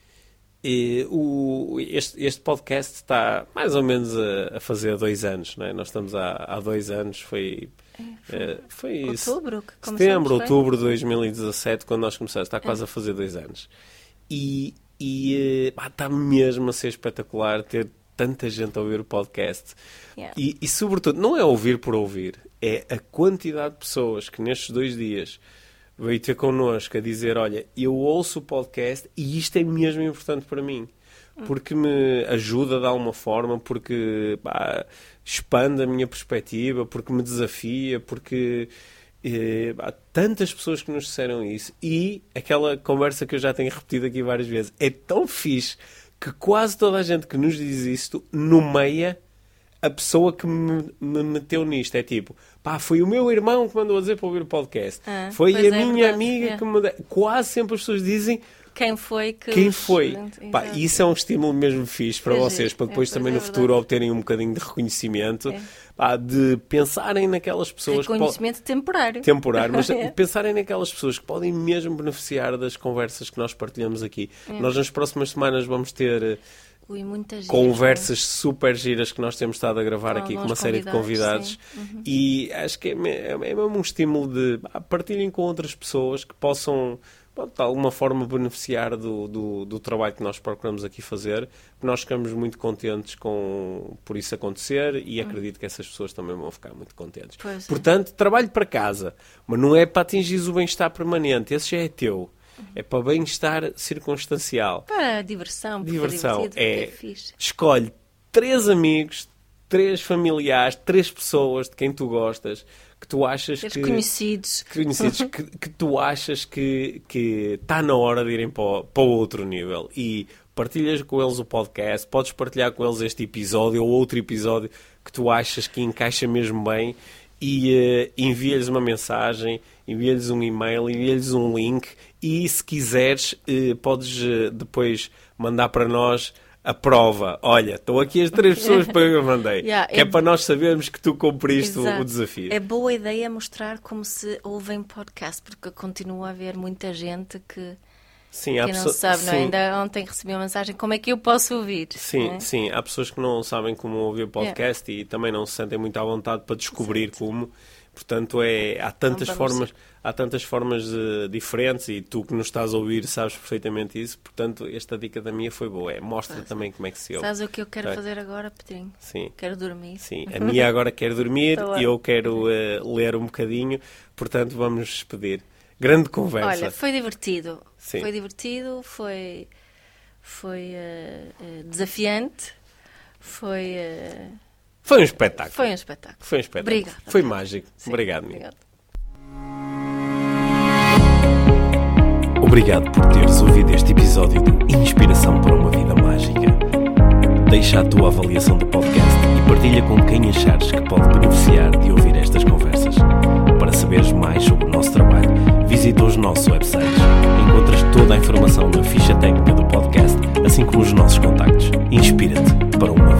Este podcast está mais ou menos a fazer 2 anos, não é? Nós estamos há 2 anos, foi outubro, setembro, outubro de 2017, quando nós começamos, está quase a fazer 2 anos. E está mesmo a ser espetacular ter tanta gente a ouvir o podcast. Yeah. E sobretudo, não é ouvir por ouvir, é a quantidade de pessoas que nestes 2 dias veio ter connosco a dizer, olha, eu ouço o podcast e isto é mesmo importante para mim. Porque me ajuda de alguma forma, porque expande a minha perspectiva, porque me desafia, porque há tantas pessoas que nos disseram isso. E aquela conversa que eu já tenho repetido aqui várias vezes, é tão fixe que quase toda a gente que nos diz isto nomeia a pessoa que me meteu nisto. É tipo, foi o meu irmão que mandou a dizer para ouvir o podcast. Foi a minha amiga que me... Quase sempre as pessoas dizem quem foi. Isso é um estímulo mesmo fixe para vocês, para depois também no futuro obterem um bocadinho de reconhecimento, de pensarem naquelas pessoas... Reconhecimento temporário, mas pensarem naquelas pessoas que podem mesmo beneficiar das conversas que nós partilhamos aqui. Nós nas próximas semanas vamos ter... conversas super giras que nós temos estado a gravar aqui com uma série de convidados. E acho que é mesmo um estímulo de partilhem com outras pessoas que possam de alguma forma beneficiar do trabalho que nós procuramos aqui fazer. Nós ficamos muito contentes por isso acontecer e acredito que essas pessoas também vão ficar muito contentes. Portanto, trabalho para casa, mas não é para atingir o bem-estar permanente, esse já é teu. É para bem-estar circunstancial. Para diversão. É fixe. Escolhe 3 amigos, 3 familiares, 3 pessoas de quem tu gostas, que tu achas que... Conhecidos que tu achas que está na hora de irem para o outro nível. E partilhas com eles o podcast, podes partilhar com eles este episódio ou outro episódio que tu achas que encaixa mesmo bem e envia-lhes uma mensagem, envia-lhes um e-mail, envia-lhes um link e se quiseres podes depois mandar para nós a prova. Olha, estão aqui as 3 pessoas para eu mandei. É para nós sabermos que tu cumpriste o desafio. É boa ideia mostrar como se ouvem podcast, porque continua a haver muita gente que não sabe. Não é? Ainda ontem recebi uma mensagem, como é que eu posso ouvir? Sim, há pessoas que não sabem como ouvir o podcast e também não se sentem muito à vontade para descobrir como. Portanto, há tantas formas diferentes e tu que nos estás a ouvir sabes perfeitamente isso. Portanto, esta dica da minha foi boa. Mostra também como é que se ouve. Sabes o que eu quero fazer agora, Pedrinho? Sim. Quero dormir. Sim, a minha agora quer dormir e eu quero ler um bocadinho. Portanto, vamos despedir. Grande conversa. Olha, foi divertido. Sim. Foi divertido, foi desafiante, Foi um espetáculo. Obrigada. Foi mágico. Sim, obrigado, Miguel. Obrigado por teres ouvido este episódio de Inspiração para uma Vida Mágica. Deixa a tua avaliação do podcast e Partilha com quem achares que pode beneficiar de ouvir estas conversas. Para saberes mais sobre o nosso trabalho, visita os nossos websites. Encontras toda a informação na ficha técnica do podcast, assim como os nossos contactos. Inspira-te para uma